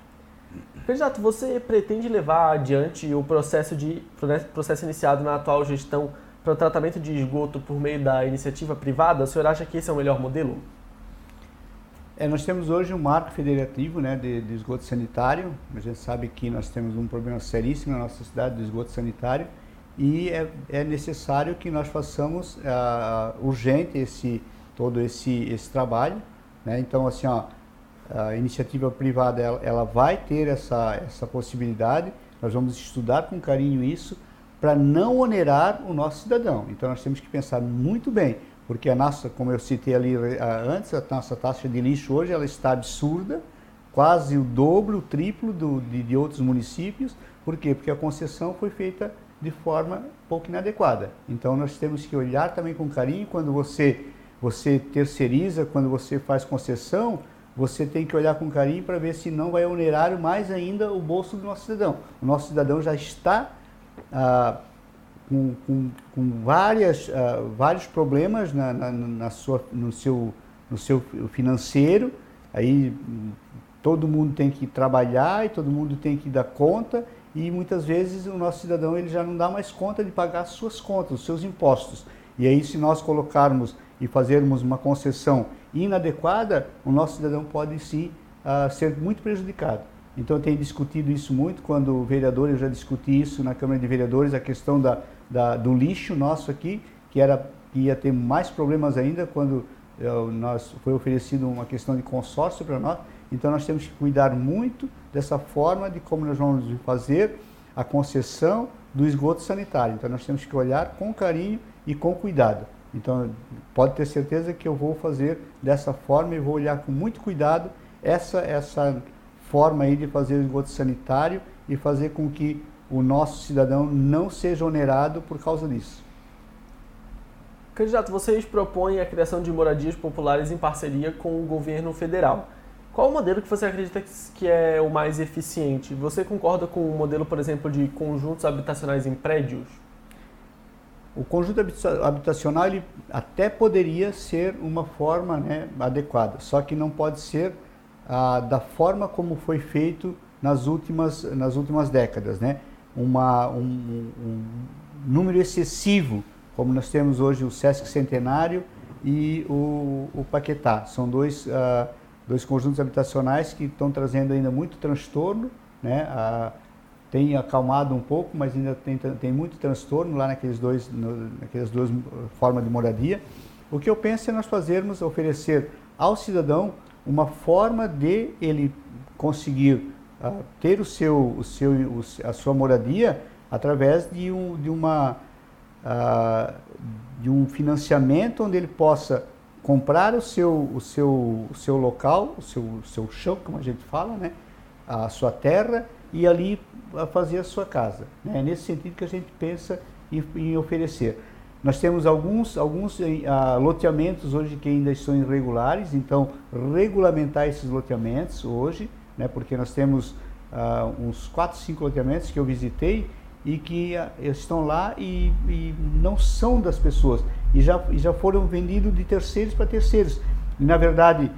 Candidato, você pretende levar adiante o processo iniciado na atual gestão para o tratamento de esgoto por meio da iniciativa privada? O senhor acha que esse é o melhor modelo? Nós temos hoje um marco federativo, né, de esgoto sanitário. A gente sabe que nós temos um problema seríssimo na nossa cidade do esgoto sanitário e é necessário que nós façamos urgente todo esse trabalho, né? Então, assim, a iniciativa privada ela vai ter essa possibilidade. Nós vamos estudar com carinho isso para não onerar o nosso cidadão. Então nós temos que pensar muito bem, porque a nossa, como eu citei ali antes, a nossa taxa de lixo hoje ela está absurda, quase o dobro, o triplo de outros municípios. Por quê? Porque a concessão foi feita de forma pouco inadequada. Então nós temos que olhar também com carinho. Quando você terceiriza, quando você faz concessão, você tem que olhar com carinho para ver se não vai onerar mais ainda o bolso do nosso cidadão. O nosso cidadão já está com vários problemas no seu financeiro. Aí todo mundo tem que trabalhar e todo mundo tem que dar conta, e muitas vezes o nosso cidadão ele já não dá mais conta de pagar as suas contas, os seus impostos. E aí, se nós colocarmos e fazermos uma concessão inadequada, o nosso cidadão pode sim ser muito prejudicado. Então eu tenho discutido isso muito, quando vereador, eu já discuti isso na Câmara de Vereadores, a questão do lixo nosso aqui, que ia ter mais problemas ainda quando foi oferecido uma questão de consórcio para nós. Então nós temos que cuidar muito dessa forma de como nós vamos fazer a concessão do esgoto sanitário. Então nós temos que olhar com carinho e com cuidado. Então pode ter certeza que eu vou fazer dessa forma e vou olhar com muito cuidado essa forma aí de fazer o esgoto sanitário e fazer com que o nosso cidadão não seja onerado por causa disso. Candidato, vocês propõem a criação de moradias populares em parceria com o governo federal. Qual o modelo que você acredita que é o mais eficiente? Você concorda com o modelo, por exemplo, de conjuntos habitacionais em prédios? O conjunto habitacional ele até poderia ser uma forma, né, adequada, só que não pode ser da forma como foi feito nas últimas décadas, né? Um número excessivo, como nós temos hoje o Sesc Centenário e o Paquetá. São dois conjuntos habitacionais que estão trazendo ainda muito transtorno, né? Tem acalmado um pouco, mas ainda tem muito transtorno lá naquelas duas formas de moradia. O que eu penso é nós oferecer ao cidadão uma forma de ele conseguir ter a sua moradia através de um financiamento onde ele possa comprar o seu local, o seu chão, como a gente fala, né? A sua terra, e ali fazer a sua casa. É nesse sentido que a gente pensa em oferecer. Nós temos alguns loteamentos hoje que ainda estão irregulares, então regulamentar esses loteamentos hoje, né, porque nós temos uns 4, 5 loteamentos que eu visitei e que estão lá e não são das pessoas, e já foram vendidos de terceiros para terceiros. E, na verdade,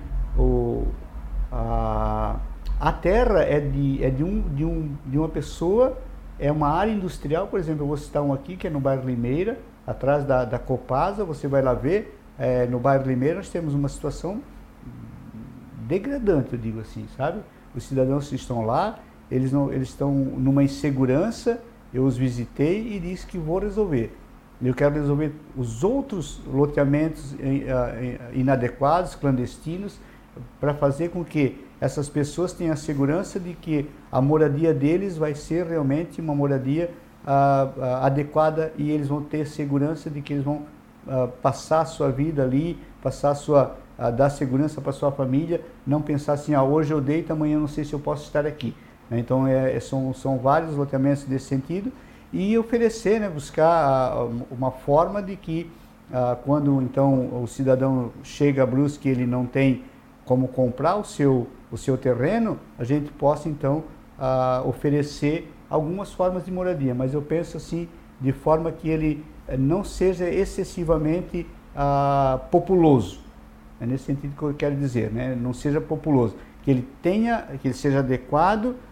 a terra é de uma pessoa, é uma área industrial. Por exemplo, eu vou citar um aqui que é no bairro Limeira, atrás da Copasa. Você vai lá ver, no bairro Limeira nós temos uma situação degradante, eu digo assim, sabe? Os cidadãos estão lá, eles estão numa insegurança. Eu os visitei e disse que vou resolver. Eu quero resolver os outros loteamentos inadequados, clandestinos, para fazer com que essas pessoas tenham a segurança de que a moradia deles vai ser realmente uma moradia adequada, e eles vão ter segurança de que eles vão passar a sua vida ali, dar segurança para a sua família, não pensar assim, hoje eu deito, amanhã eu não sei se eu posso estar aqui. Então são vários loteamentos desse sentido, e oferecer, né, buscar uma forma de que quando então o cidadão chega a Brusque e ele não tem como comprar o seu terreno, a gente possa então oferecer algumas formas de moradia, mas eu penso assim, de forma que ele não seja excessivamente populoso. É nesse sentido que eu quero dizer, né? Não seja populoso, que ele seja adequado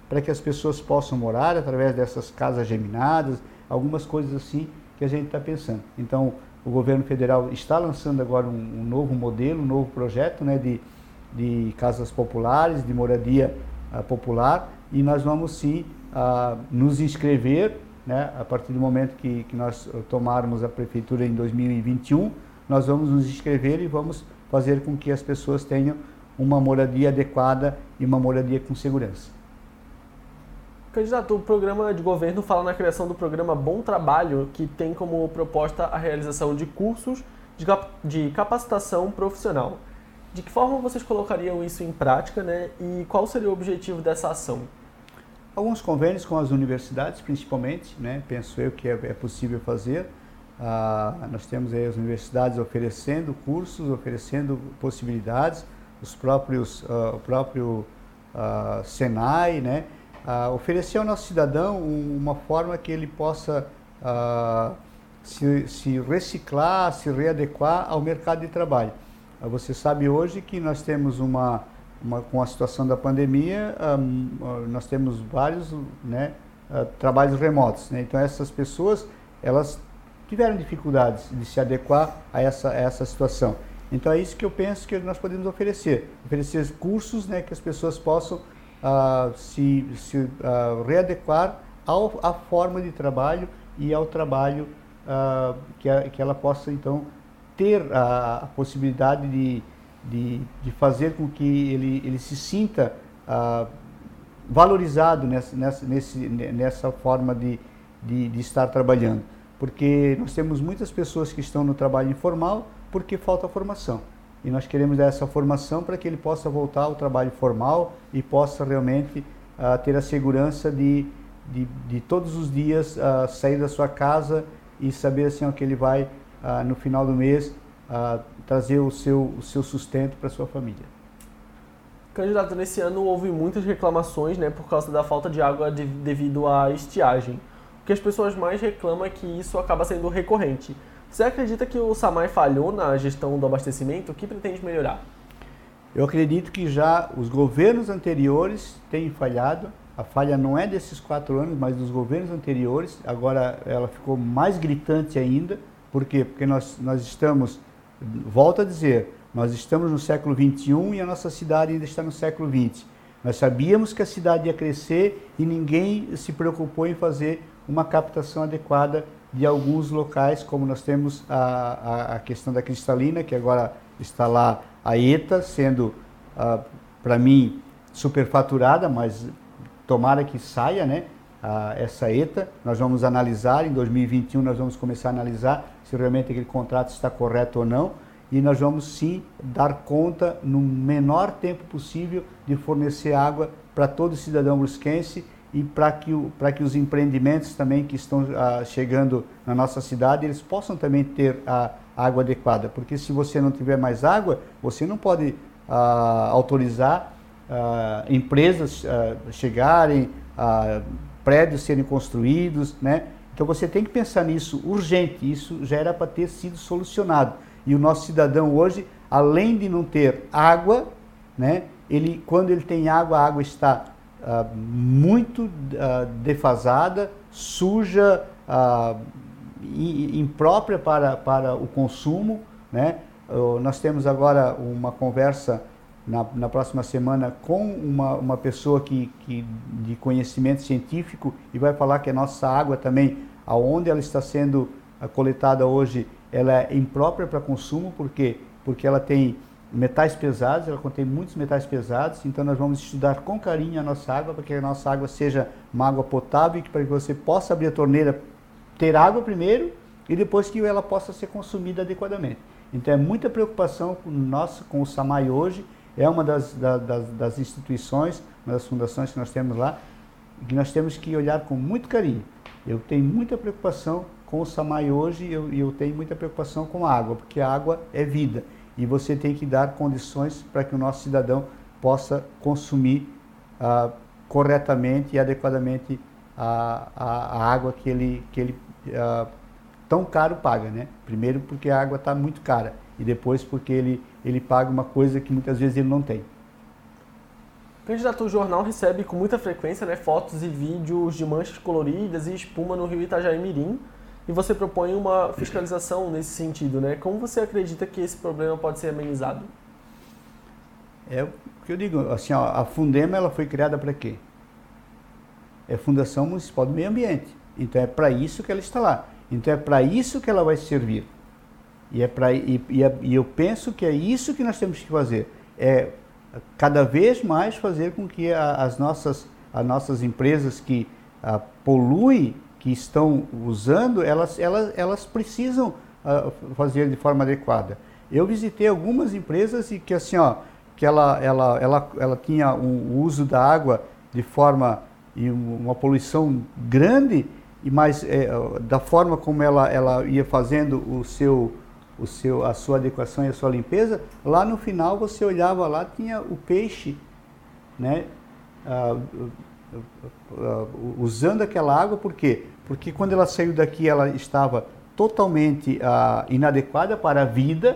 para que as pessoas possam morar através dessas casas geminadas, algumas coisas assim que a gente está pensando. Então, o governo federal está lançando agora um novo modelo, um novo projeto, né, de casas populares, de moradia popular, e nós vamos sim nos inscrever, né, a partir do momento que nós tomarmos a prefeitura em 2021, nós vamos nos inscrever e vamos fazer com que as pessoas tenham uma moradia adequada e uma moradia com segurança. Candidato, o programa de governo fala na criação do programa Bom Trabalho, que tem como proposta a realização de cursos de capacitação profissional. De que forma vocês colocariam isso em prática, né? E qual seria o objetivo dessa ação? Alguns convênios com as universidades, principalmente, né? Penso eu que é possível fazer. Nós temos aí as universidades oferecendo cursos, oferecendo possibilidades, o próprio Senai, né? Oferecer ao nosso cidadão uma forma que ele possa se reciclar, se readequar ao mercado de trabalho. Você sabe hoje que nós temos com a situação da pandemia, nós temos vários, né, trabalhos remotos, né? Então essas pessoas, elas tiveram dificuldades de se adequar a essa situação. Então é isso que eu penso que nós podemos oferecer cursos, né, que as pessoas possam se readequar à forma de trabalho e ao trabalho que ela possa então ter a possibilidade de fazer com que ele se sinta valorizado nessa forma de estar trabalhando. Porque nós temos muitas pessoas que estão no trabalho informal porque falta formação. E nós queremos dar essa formação para que ele possa voltar ao trabalho formal e possa realmente ter a segurança de todos os dias sair da sua casa e saber assim, que ele vai, no final do mês, trazer o seu sustento para a sua família. Candidato, nesse ano houve muitas reclamações, né, por causa da falta de água devido à estiagem. O que as pessoas mais reclamam é que isso acaba sendo recorrente. Você acredita que o SAMAI falhou na gestão do abastecimento? O que pretende melhorar? Eu acredito que já os governos anteriores têm falhado. A falha não é desses 4 anos, mas dos governos anteriores. Agora ela ficou mais gritante ainda. Por quê? Porque nós estamos, volto a dizer, nós estamos no século XXI e a nossa cidade ainda está no século XX. Nós sabíamos que a cidade ia crescer e ninguém se preocupou em fazer uma captação adequada de alguns locais, como nós temos a questão da Cristalina, que agora está lá a ETA, sendo, para mim, superfaturada, mas tomara que saia, né, essa ETA. Nós vamos analisar, em 2021 nós vamos começar a analisar se realmente aquele contrato está correto ou não, e nós vamos sim dar conta, no menor tempo possível, de fornecer água para todo cidadão brusquense, e para que os empreendimentos também que estão chegando na nossa cidade, eles possam também ter a água adequada. Porque se você não tiver mais água, você não pode autorizar empresas chegarem, prédios serem construídos, né? Então você tem que pensar nisso urgente, isso já era para ter sido solucionado. E o nosso cidadão hoje, além de não ter água, né, quando ele tem água, a água está muito defasada, suja, imprópria para o consumo, né? Nós temos agora uma conversa na próxima semana com uma pessoa de conhecimento científico, e vai falar que a nossa água também, aonde ela está sendo coletada hoje, ela é imprópria para consumo. Por quê? Porque ela tem metais pesados, ela contém muitos metais pesados. Então nós vamos estudar com carinho a nossa água, para que a nossa água seja uma água potável, para que você possa abrir a torneira, ter água primeiro, e depois que ela possa ser consumida adequadamente. Então é muita preocupação com o SAMAI hoje. É uma das instituições, uma das fundações que nós temos lá, que nós temos que olhar com muito carinho. Eu tenho muita preocupação com o SAMAI hoje, e eu tenho muita preocupação com a água, porque a água é vida. E você tem que dar condições para que o nosso cidadão possa consumir corretamente e adequadamente a água que ele tão caro paga, né? Primeiro porque a água está muito cara, e depois porque ele paga uma coisa que muitas vezes ele não tem. Candidato, o jornal recebe com muita frequência, né, fotos e vídeos de manchas coloridas e espuma no rio Itajaí-Mirim, e você propõe uma fiscalização nesse sentido, né? Como você acredita que esse problema pode ser amenizado? É o que eu digo, assim, ó, a Fundema ela foi criada para quê? É Fundação Municipal do Meio Ambiente. Então é para isso que ela está lá. Então é para isso que ela vai servir. E eu penso que é isso que nós temos que fazer. É cada vez mais fazer com que as nossas empresas que poluem, que estão usando, elas precisam fazer de forma adequada. Eu visitei algumas empresas e que assim, ó, que ela tinha um uso da água de forma e uma poluição grande, mas da forma como ela ia fazendo a sua adequação e a sua limpeza, lá no final você olhava lá, tinha o peixe, né, usando aquela água. Por quê? Porque quando ela saiu daqui ela estava totalmente inadequada para a vida,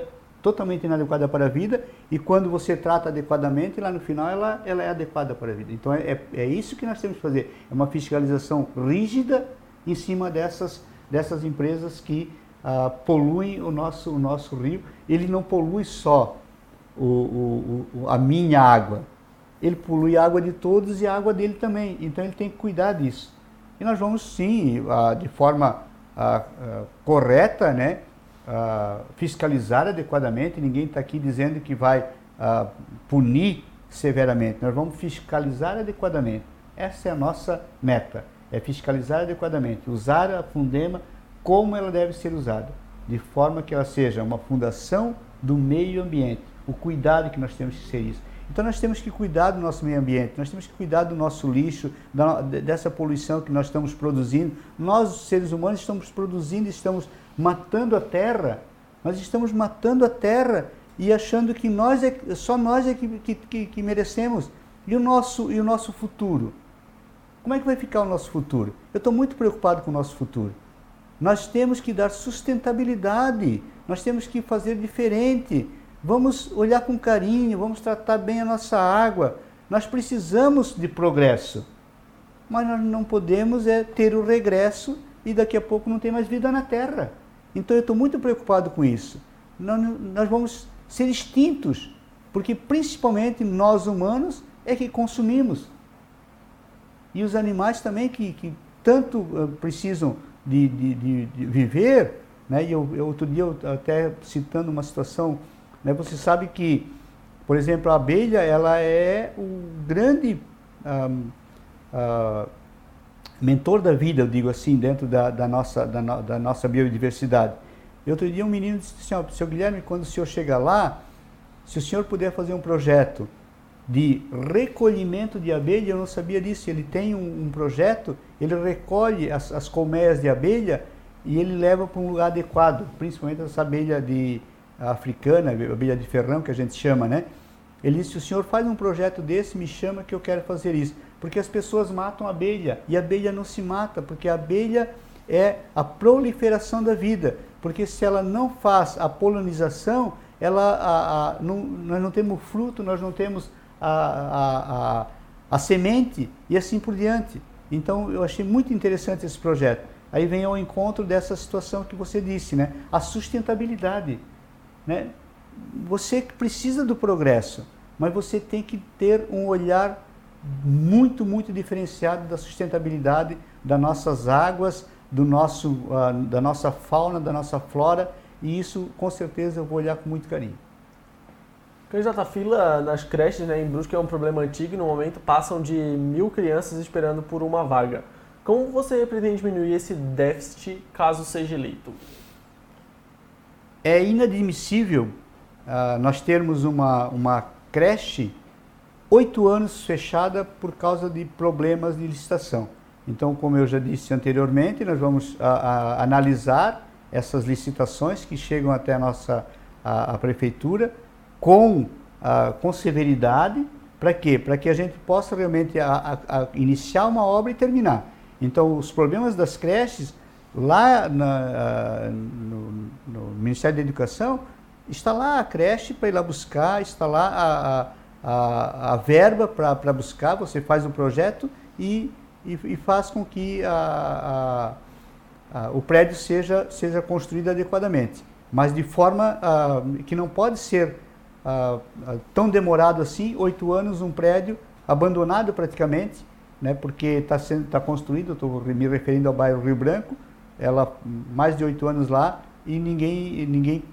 e quando você trata adequadamente, lá no final ela é adequada para a vida. Então é isso que nós temos que fazer, é uma fiscalização rígida em cima dessas empresas que poluem o nosso rio. Ele não polui só a minha água, ele polui a água de todos e a água dele também, então ele tem que cuidar disso. E nós vamos sim, de forma correta, né, fiscalizar adequadamente. Ninguém está aqui dizendo que vai punir severamente, nós vamos fiscalizar adequadamente. Essa é a nossa meta, é fiscalizar adequadamente, usar a Fundema como ela deve ser usada, de forma que ela seja uma fundação do meio ambiente, o cuidado que nós temos que ser isso. Então nós temos que cuidar do nosso meio ambiente, nós temos que cuidar do nosso lixo, dessa poluição que nós estamos produzindo. Nós, os seres humanos, estamos produzindo, estamos matando a terra, nós estamos matando a terra e achando que só nós é que merecemos. E o nosso futuro? Como é que vai ficar o nosso futuro? Eu estou muito preocupado com o nosso futuro. Nós temos que dar sustentabilidade, nós temos que fazer diferente. Vamos olhar com carinho, vamos tratar bem a nossa água. Nós precisamos de progresso, mas nós não podemos ter o regresso e daqui a pouco não tem mais vida na Terra. Então eu estou muito preocupado com isso. Nós vamos ser extintos, porque principalmente nós humanos é que consumimos. E os animais também que tanto precisam de viver, né? E outro dia, eu até citando uma situação, né? Você sabe que, por exemplo, a abelha, ela é o grande mentor da vida, eu digo assim, dentro da nossa biodiversidade. E outro dia um menino disse assim, ó, seu Guilherme, quando o senhor chegar lá, se o senhor puder fazer um projeto de recolhimento de abelha, eu não sabia disso, ele tem um projeto, ele recolhe as colmeias de abelha e ele leva para um lugar adequado, principalmente essa abelha africana, abelha de ferrão que a gente chama, né? Ele disse, se o senhor faz um projeto desse, me chama que eu quero fazer isso, porque as pessoas matam a abelha, e a abelha não se mata, porque a abelha é a proliferação da vida, porque se ela não faz a polinização, nós não temos fruto, nós não temos a semente e assim por diante. Então eu achei muito interessante esse projeto. Aí vem ao encontro dessa situação que você disse, né? A sustentabilidade, né? Você precisa do progresso, mas você tem que ter um olhar muito, muito diferenciado da sustentabilidade das nossas águas, da nossa fauna, da nossa flora, e isso com certeza eu vou olhar com muito carinho. Candidato, a fila nas creches, né, em Brusque é um problema antigo e no momento passam de 1.000 crianças esperando por uma vaga. Como você pretende diminuir esse déficit caso seja eleito? É inadmissível nós termos uma creche 8 anos fechada por causa de problemas de licitação. Então, como eu já disse anteriormente, nós vamos analisar essas licitações que chegam até a prefeitura com severidade. Para quê? Para que a gente possa realmente iniciar uma obra e terminar. Então, os problemas das creches, lá no Ministério da Educação, está lá a creche para ir lá buscar, está lá a verba para buscar, você faz um projeto e faz com que o prédio seja construído adequadamente. Mas de forma que não pode ser tão demorado assim, 8 anos, um prédio abandonado praticamente, né, porque está construído, estou me referindo ao bairro Rio Branco, ela mais de 8 anos lá e ninguém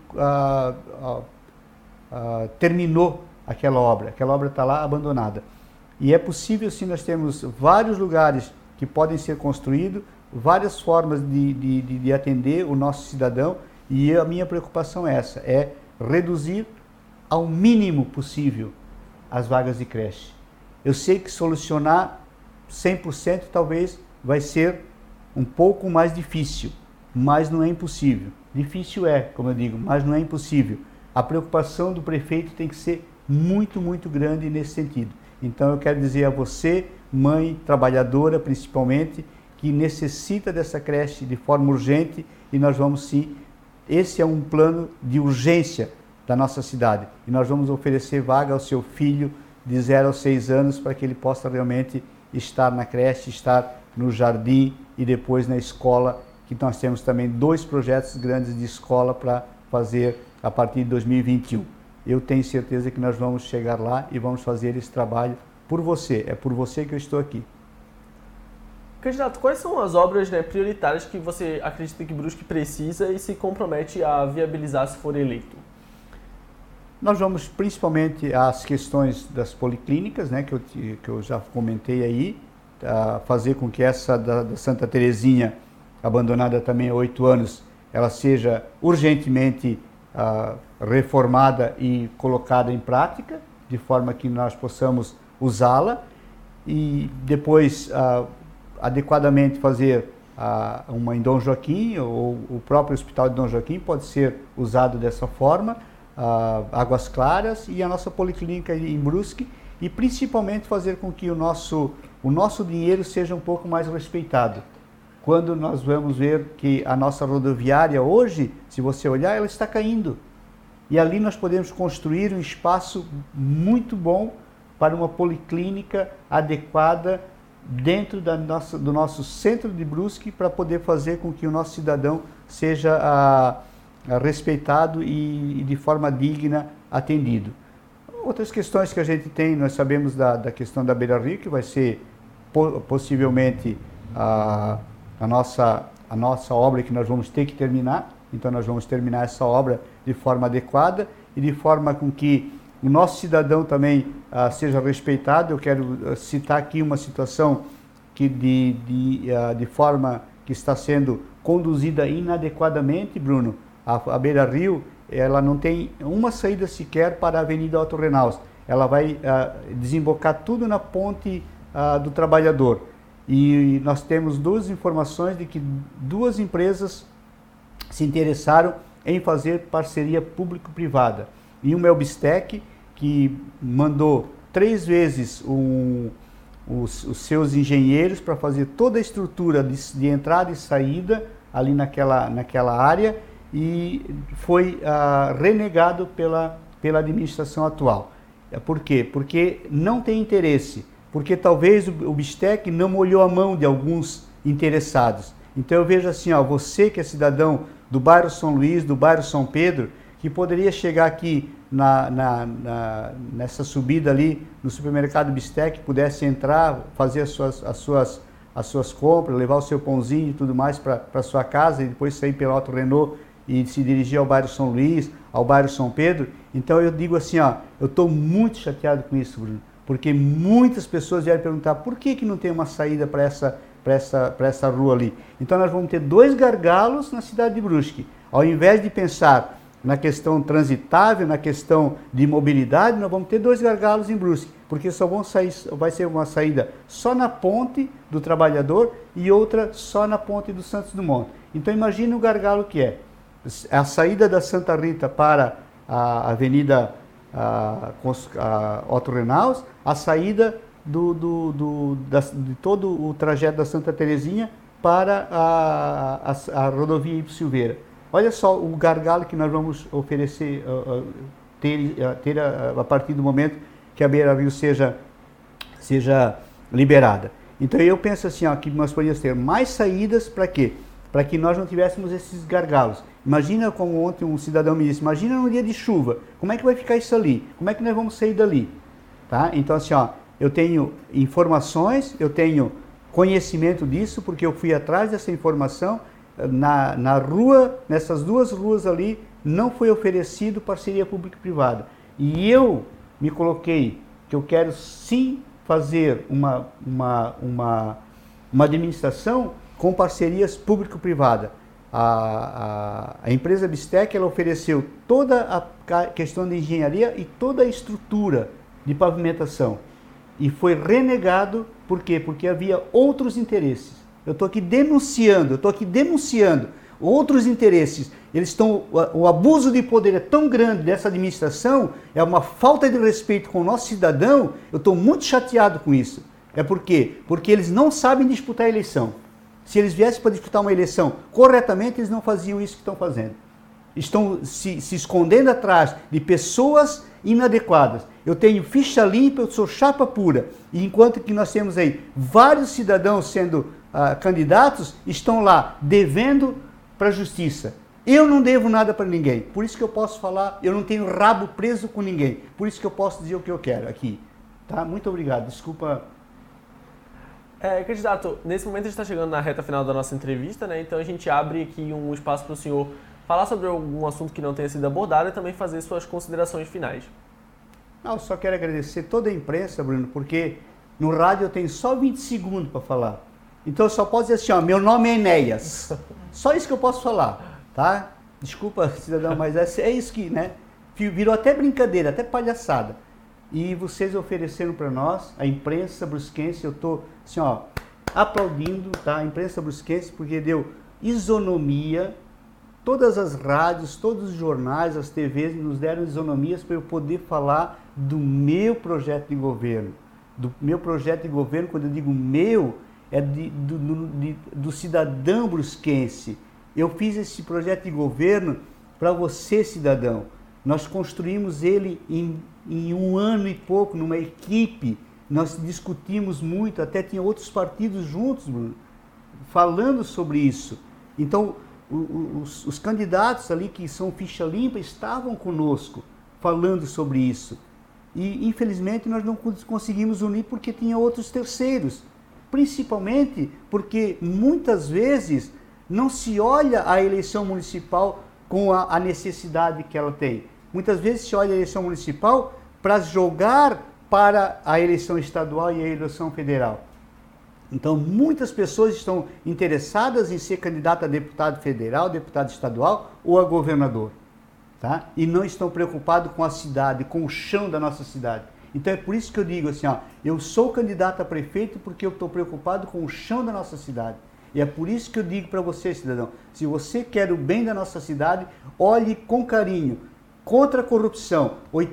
terminou aquela obra está lá abandonada. E é possível, sim, nós temos vários lugares que podem ser construídos, várias formas de atender o nosso cidadão, e a minha preocupação é essa, é reduzir ao mínimo possível as vagas de creche. Eu sei que solucionar 100% talvez vai ser um pouco mais difícil, mas não é impossível. Difícil é, como eu digo, mas não é impossível. A preocupação do prefeito tem que ser muito, muito grande nesse sentido. Então eu quero dizer a você, mãe, trabalhadora principalmente, que necessita dessa creche de forma urgente, e nós vamos sim, esse é um plano de urgência da nossa cidade, e nós vamos oferecer vaga ao seu filho de 0 a 6 anos para que ele possa realmente estar na creche, estar no jardim e depois na escola, que nós temos também 2 projetos grandes de escola para fazer a partir de 2021. Eu tenho certeza que nós vamos chegar lá e vamos fazer esse trabalho por você. É por você que eu estou aqui. Candidato, quais são as obras, né, prioritárias que você acredita que Brusque precisa e se compromete a viabilizar se for eleito? Nós vamos principalmente às questões das policlínicas, né, que eu já comentei aí, fazer com que essa da Santa Terezinha, abandonada também há 8 anos, ela seja urgentemente reformada e colocada em prática, de forma que nós possamos usá-la, e depois adequadamente fazer uma em Dom Joaquim, ou o próprio Hospital de Dom Joaquim pode ser usado dessa forma, Águas Claras e a nossa policlínica em Brusque, e principalmente fazer com que o nosso dinheiro seja um pouco mais respeitado. Quando nós vamos ver que a nossa rodoviária hoje, se você olhar, ela está caindo. E ali nós podemos construir um espaço muito bom para uma policlínica adequada dentro do nosso centro de Brusque, para poder fazer com que o nosso cidadão seja respeitado e de forma digna atendido. Outras questões que a gente tem, nós sabemos da questão da Beira Rio, que vai ser possivelmente a nossa obra que nós vamos ter que terminar. Então nós vamos terminar essa obra de forma adequada e de forma com que o nosso cidadão também seja respeitado. Eu quero citar aqui uma situação que de forma que está sendo conduzida inadequadamente, Bruno. A Beira Rio, ela não tem uma saída sequer para a Avenida Otto Renaus. Ela vai desembocar tudo na Ponte do Trabalhador. E nós temos 2 informações de que 2 empresas se interessaram em fazer parceria público-privada. E uma é o Bistec, que mandou 3 vezes os seus engenheiros para fazer toda a estrutura de entrada e saída ali naquela área, e foi renegado pela administração atual. Por quê? Porque não tem interesse, porque talvez o Bistec não molhou a mão de alguns interessados. Então eu vejo assim, você que é cidadão do bairro São Luís, do bairro São Pedro, que poderia chegar aqui nessa subida ali no supermercado Bistec, pudesse entrar, fazer as suas compras, levar o seu pãozinho e tudo mais para a sua casa, e depois sair pela Auto Renault e se dirigir ao bairro São Luís, ao bairro São Pedro. Então eu digo assim, eu estou muito chateado com isso, Bruno, porque muitas pessoas vieram perguntar por que não tem uma saída para essa rua ali. Então nós vamos ter 2 gargalos na cidade de Brusque. Ao invés de pensar na questão transitável, na questão de mobilidade, nós vamos ter 2 gargalos em Brusque, porque vai ser uma saída só na Ponte do Trabalhador e outra só na Ponte do Santos Dumont. Então imagine o gargalo que é. A saída da Santa Rita para a Avenida Otto Renaus, a saída de todo o trajeto da Santa Terezinha para a rodovia Ipo Silveira. Olha só o gargalo que nós vamos oferecer, ter a partir do momento que a Beira-Rio seja liberada. Então eu penso assim, ó, que nós poderíamos ter mais saídas para quê? Para que nós não tivéssemos esses gargalos. Imagina, como ontem um cidadão me disse, imagina num dia de chuva, como é que vai ficar isso ali? Como é que nós vamos sair dali? Tá? Então assim, ó, eu tenho informações, eu tenho conhecimento disso, porque eu fui atrás dessa informação. Na rua, nessas duas ruas ali, não foi oferecido parceria público-privada. E eu me coloquei que eu quero sim fazer uma administração com parcerias público-privada. A empresa Bistec, ela ofereceu toda a questão de engenharia e toda a estrutura de pavimentação. E foi renegado, por quê? Porque havia outros interesses. Eu estou aqui denunciando outros interesses. O abuso de poder é tão grande dessa administração, é uma falta de respeito com o nosso cidadão. Eu estou muito chateado com isso. É por quê? Porque eles não sabem disputar a eleição. Se eles viessem para disputar uma eleição corretamente, eles não faziam isso que estão fazendo. Estão se escondendo atrás de pessoas inadequadas. Eu tenho ficha limpa, eu sou chapa pura. E enquanto que nós temos aí vários cidadãos sendo candidatos, estão lá devendo para a justiça. Eu não devo nada para ninguém. Por isso que eu posso falar, eu não tenho rabo preso com ninguém. Por isso que eu posso dizer o que eu quero aqui. Tá? Muito obrigado. Desculpa. Candidato, nesse momento a gente está chegando na reta final da nossa entrevista, né? Então a gente abre aqui um espaço para o senhor falar sobre algum assunto que não tenha sido abordado e também fazer suas considerações finais. Não, eu só quero agradecer toda a imprensa, Bruno, porque no rádio eu tenho só 20 segundos para falar. Então eu só posso dizer assim, ó, meu nome é Enéas. Só isso que eu posso falar, tá? Desculpa, cidadão, mas é isso que, né? Virou até brincadeira, até palhaçada. E vocês ofereceram para nós, a imprensa brusquense, eu estou assim, ó, aplaudindo, tá? A imprensa brusquense, porque deu isonomia. Todas as rádios, todos os jornais, as TVs nos deram isonomias para eu poder falar do meu projeto de governo. Do meu projeto de governo, quando eu digo meu, é do cidadão brusquense. Eu fiz esse projeto de governo para você, cidadão. Nós construímos ele em um ano e pouco, numa equipe. Nós discutimos muito, até tinha outros partidos juntos, Bruno, falando sobre isso. Então, os candidatos ali que são ficha limpa estavam conosco falando sobre isso. E, infelizmente, nós não conseguimos unir porque tinha outros terceiros. Principalmente porque, muitas vezes, não se olha a eleição municipal com a necessidade que ela tem. Muitas vezes se olha a eleição municipal para jogar para a eleição estadual e a eleição federal. Então, muitas pessoas estão interessadas em ser candidato a deputado federal, deputado estadual ou a governador, tá? E não estão preocupados com a cidade, com o chão da nossa cidade. Então, é por isso que eu digo assim, ó, eu sou candidato a prefeito porque eu estou preocupado com o chão da nossa cidade. E é por isso que eu digo para você, cidadão, se você quer o bem da nossa cidade, olhe com carinho. Contra a corrupção,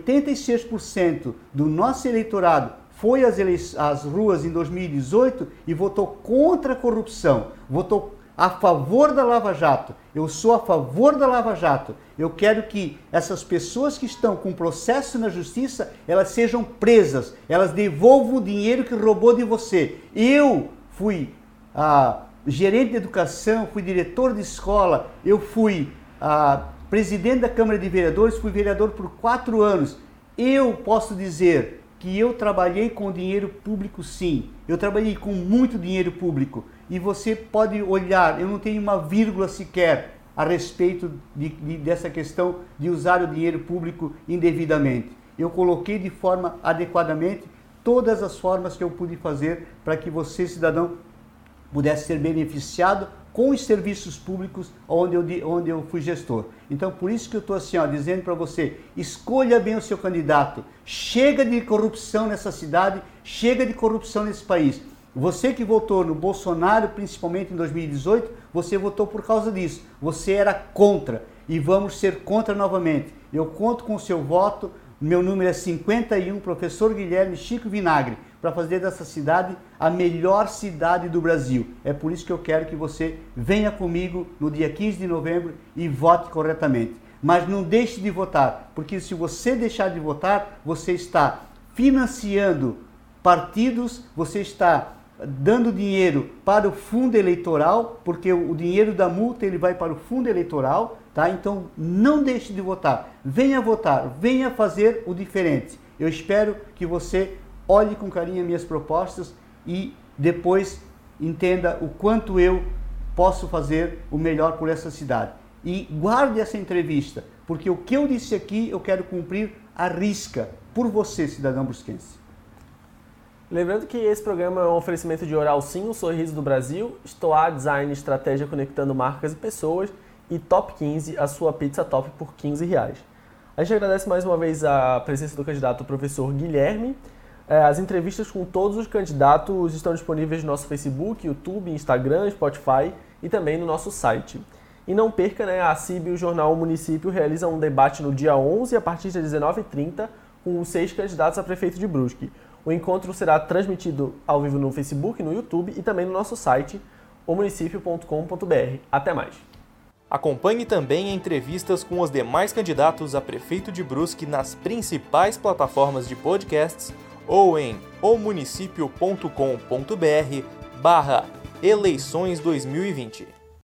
86% do nosso eleitorado foi às ruas em 2018 e votou contra a corrupção, votou a favor da Lava Jato. Eu sou a favor da Lava Jato. Eu quero que essas pessoas que estão com processo na justiça, elas sejam presas, elas devolvam o dinheiro que roubou de você. Eu fui gerente de educação, fui diretor de escola, eu fui presidente da Câmara de Vereadores, fui vereador por 4 anos. Eu posso dizer que eu trabalhei com dinheiro público, sim. Eu trabalhei com muito dinheiro público. E você pode olhar, eu não tenho uma vírgula sequer a respeito dessa questão de usar o dinheiro público indevidamente. Eu coloquei de forma adequadamente todas as formas que eu pude fazer para que você, cidadão, pudesse ser beneficiado com os serviços públicos onde eu fui gestor. Então, por isso que eu estou assim, dizendo para você, escolha bem o seu candidato. Chega de corrupção nessa cidade, chega de corrupção nesse país. Você que votou no Bolsonaro, principalmente em 2018, você votou por causa disso. Você era contra e vamos ser contra novamente. Eu conto com o seu voto, meu número é 51, professor Guilherme Chico Vinagre, para fazer dessa cidade a melhor cidade do Brasil. É por isso que eu quero que você venha comigo no dia 15 de novembro e vote corretamente. Mas não deixe de votar, porque se você deixar de votar, você está financiando partidos, você está dando dinheiro para o fundo eleitoral, porque o dinheiro da multa ele vai para o fundo eleitoral, tá? Então não deixe de votar, votar, venha fazer o diferente. Eu espero que você olhe com carinho as minhas propostas e depois entenda o quanto eu posso fazer o melhor por essa cidade. E guarde essa entrevista, porque o que eu disse aqui eu quero cumprir à risca por você, cidadão brusquense. Lembrando que esse programa é um oferecimento de Oral Sim, o sorriso do Brasil, Stoa Design, estratégia conectando marcas e pessoas, e Top 15, a sua pizza top por R$15. A gente agradece mais uma vez a presença do candidato professor Guilherme. As entrevistas com todos os candidatos estão disponíveis no nosso Facebook, YouTube, Instagram, Spotify e também no nosso site. E não perca, a CIB e o Jornal Município realizam um debate no dia 11, a partir das 19h30, com os 6 candidatos a prefeito de Brusque. O encontro será transmitido ao vivo no Facebook, no YouTube e também no nosso site, omunicipio.com.br. Até mais! Acompanhe também entrevistas com os demais candidatos a prefeito de Brusque nas principais plataformas de podcasts ou em omunicipio.com.br/eleições 2020.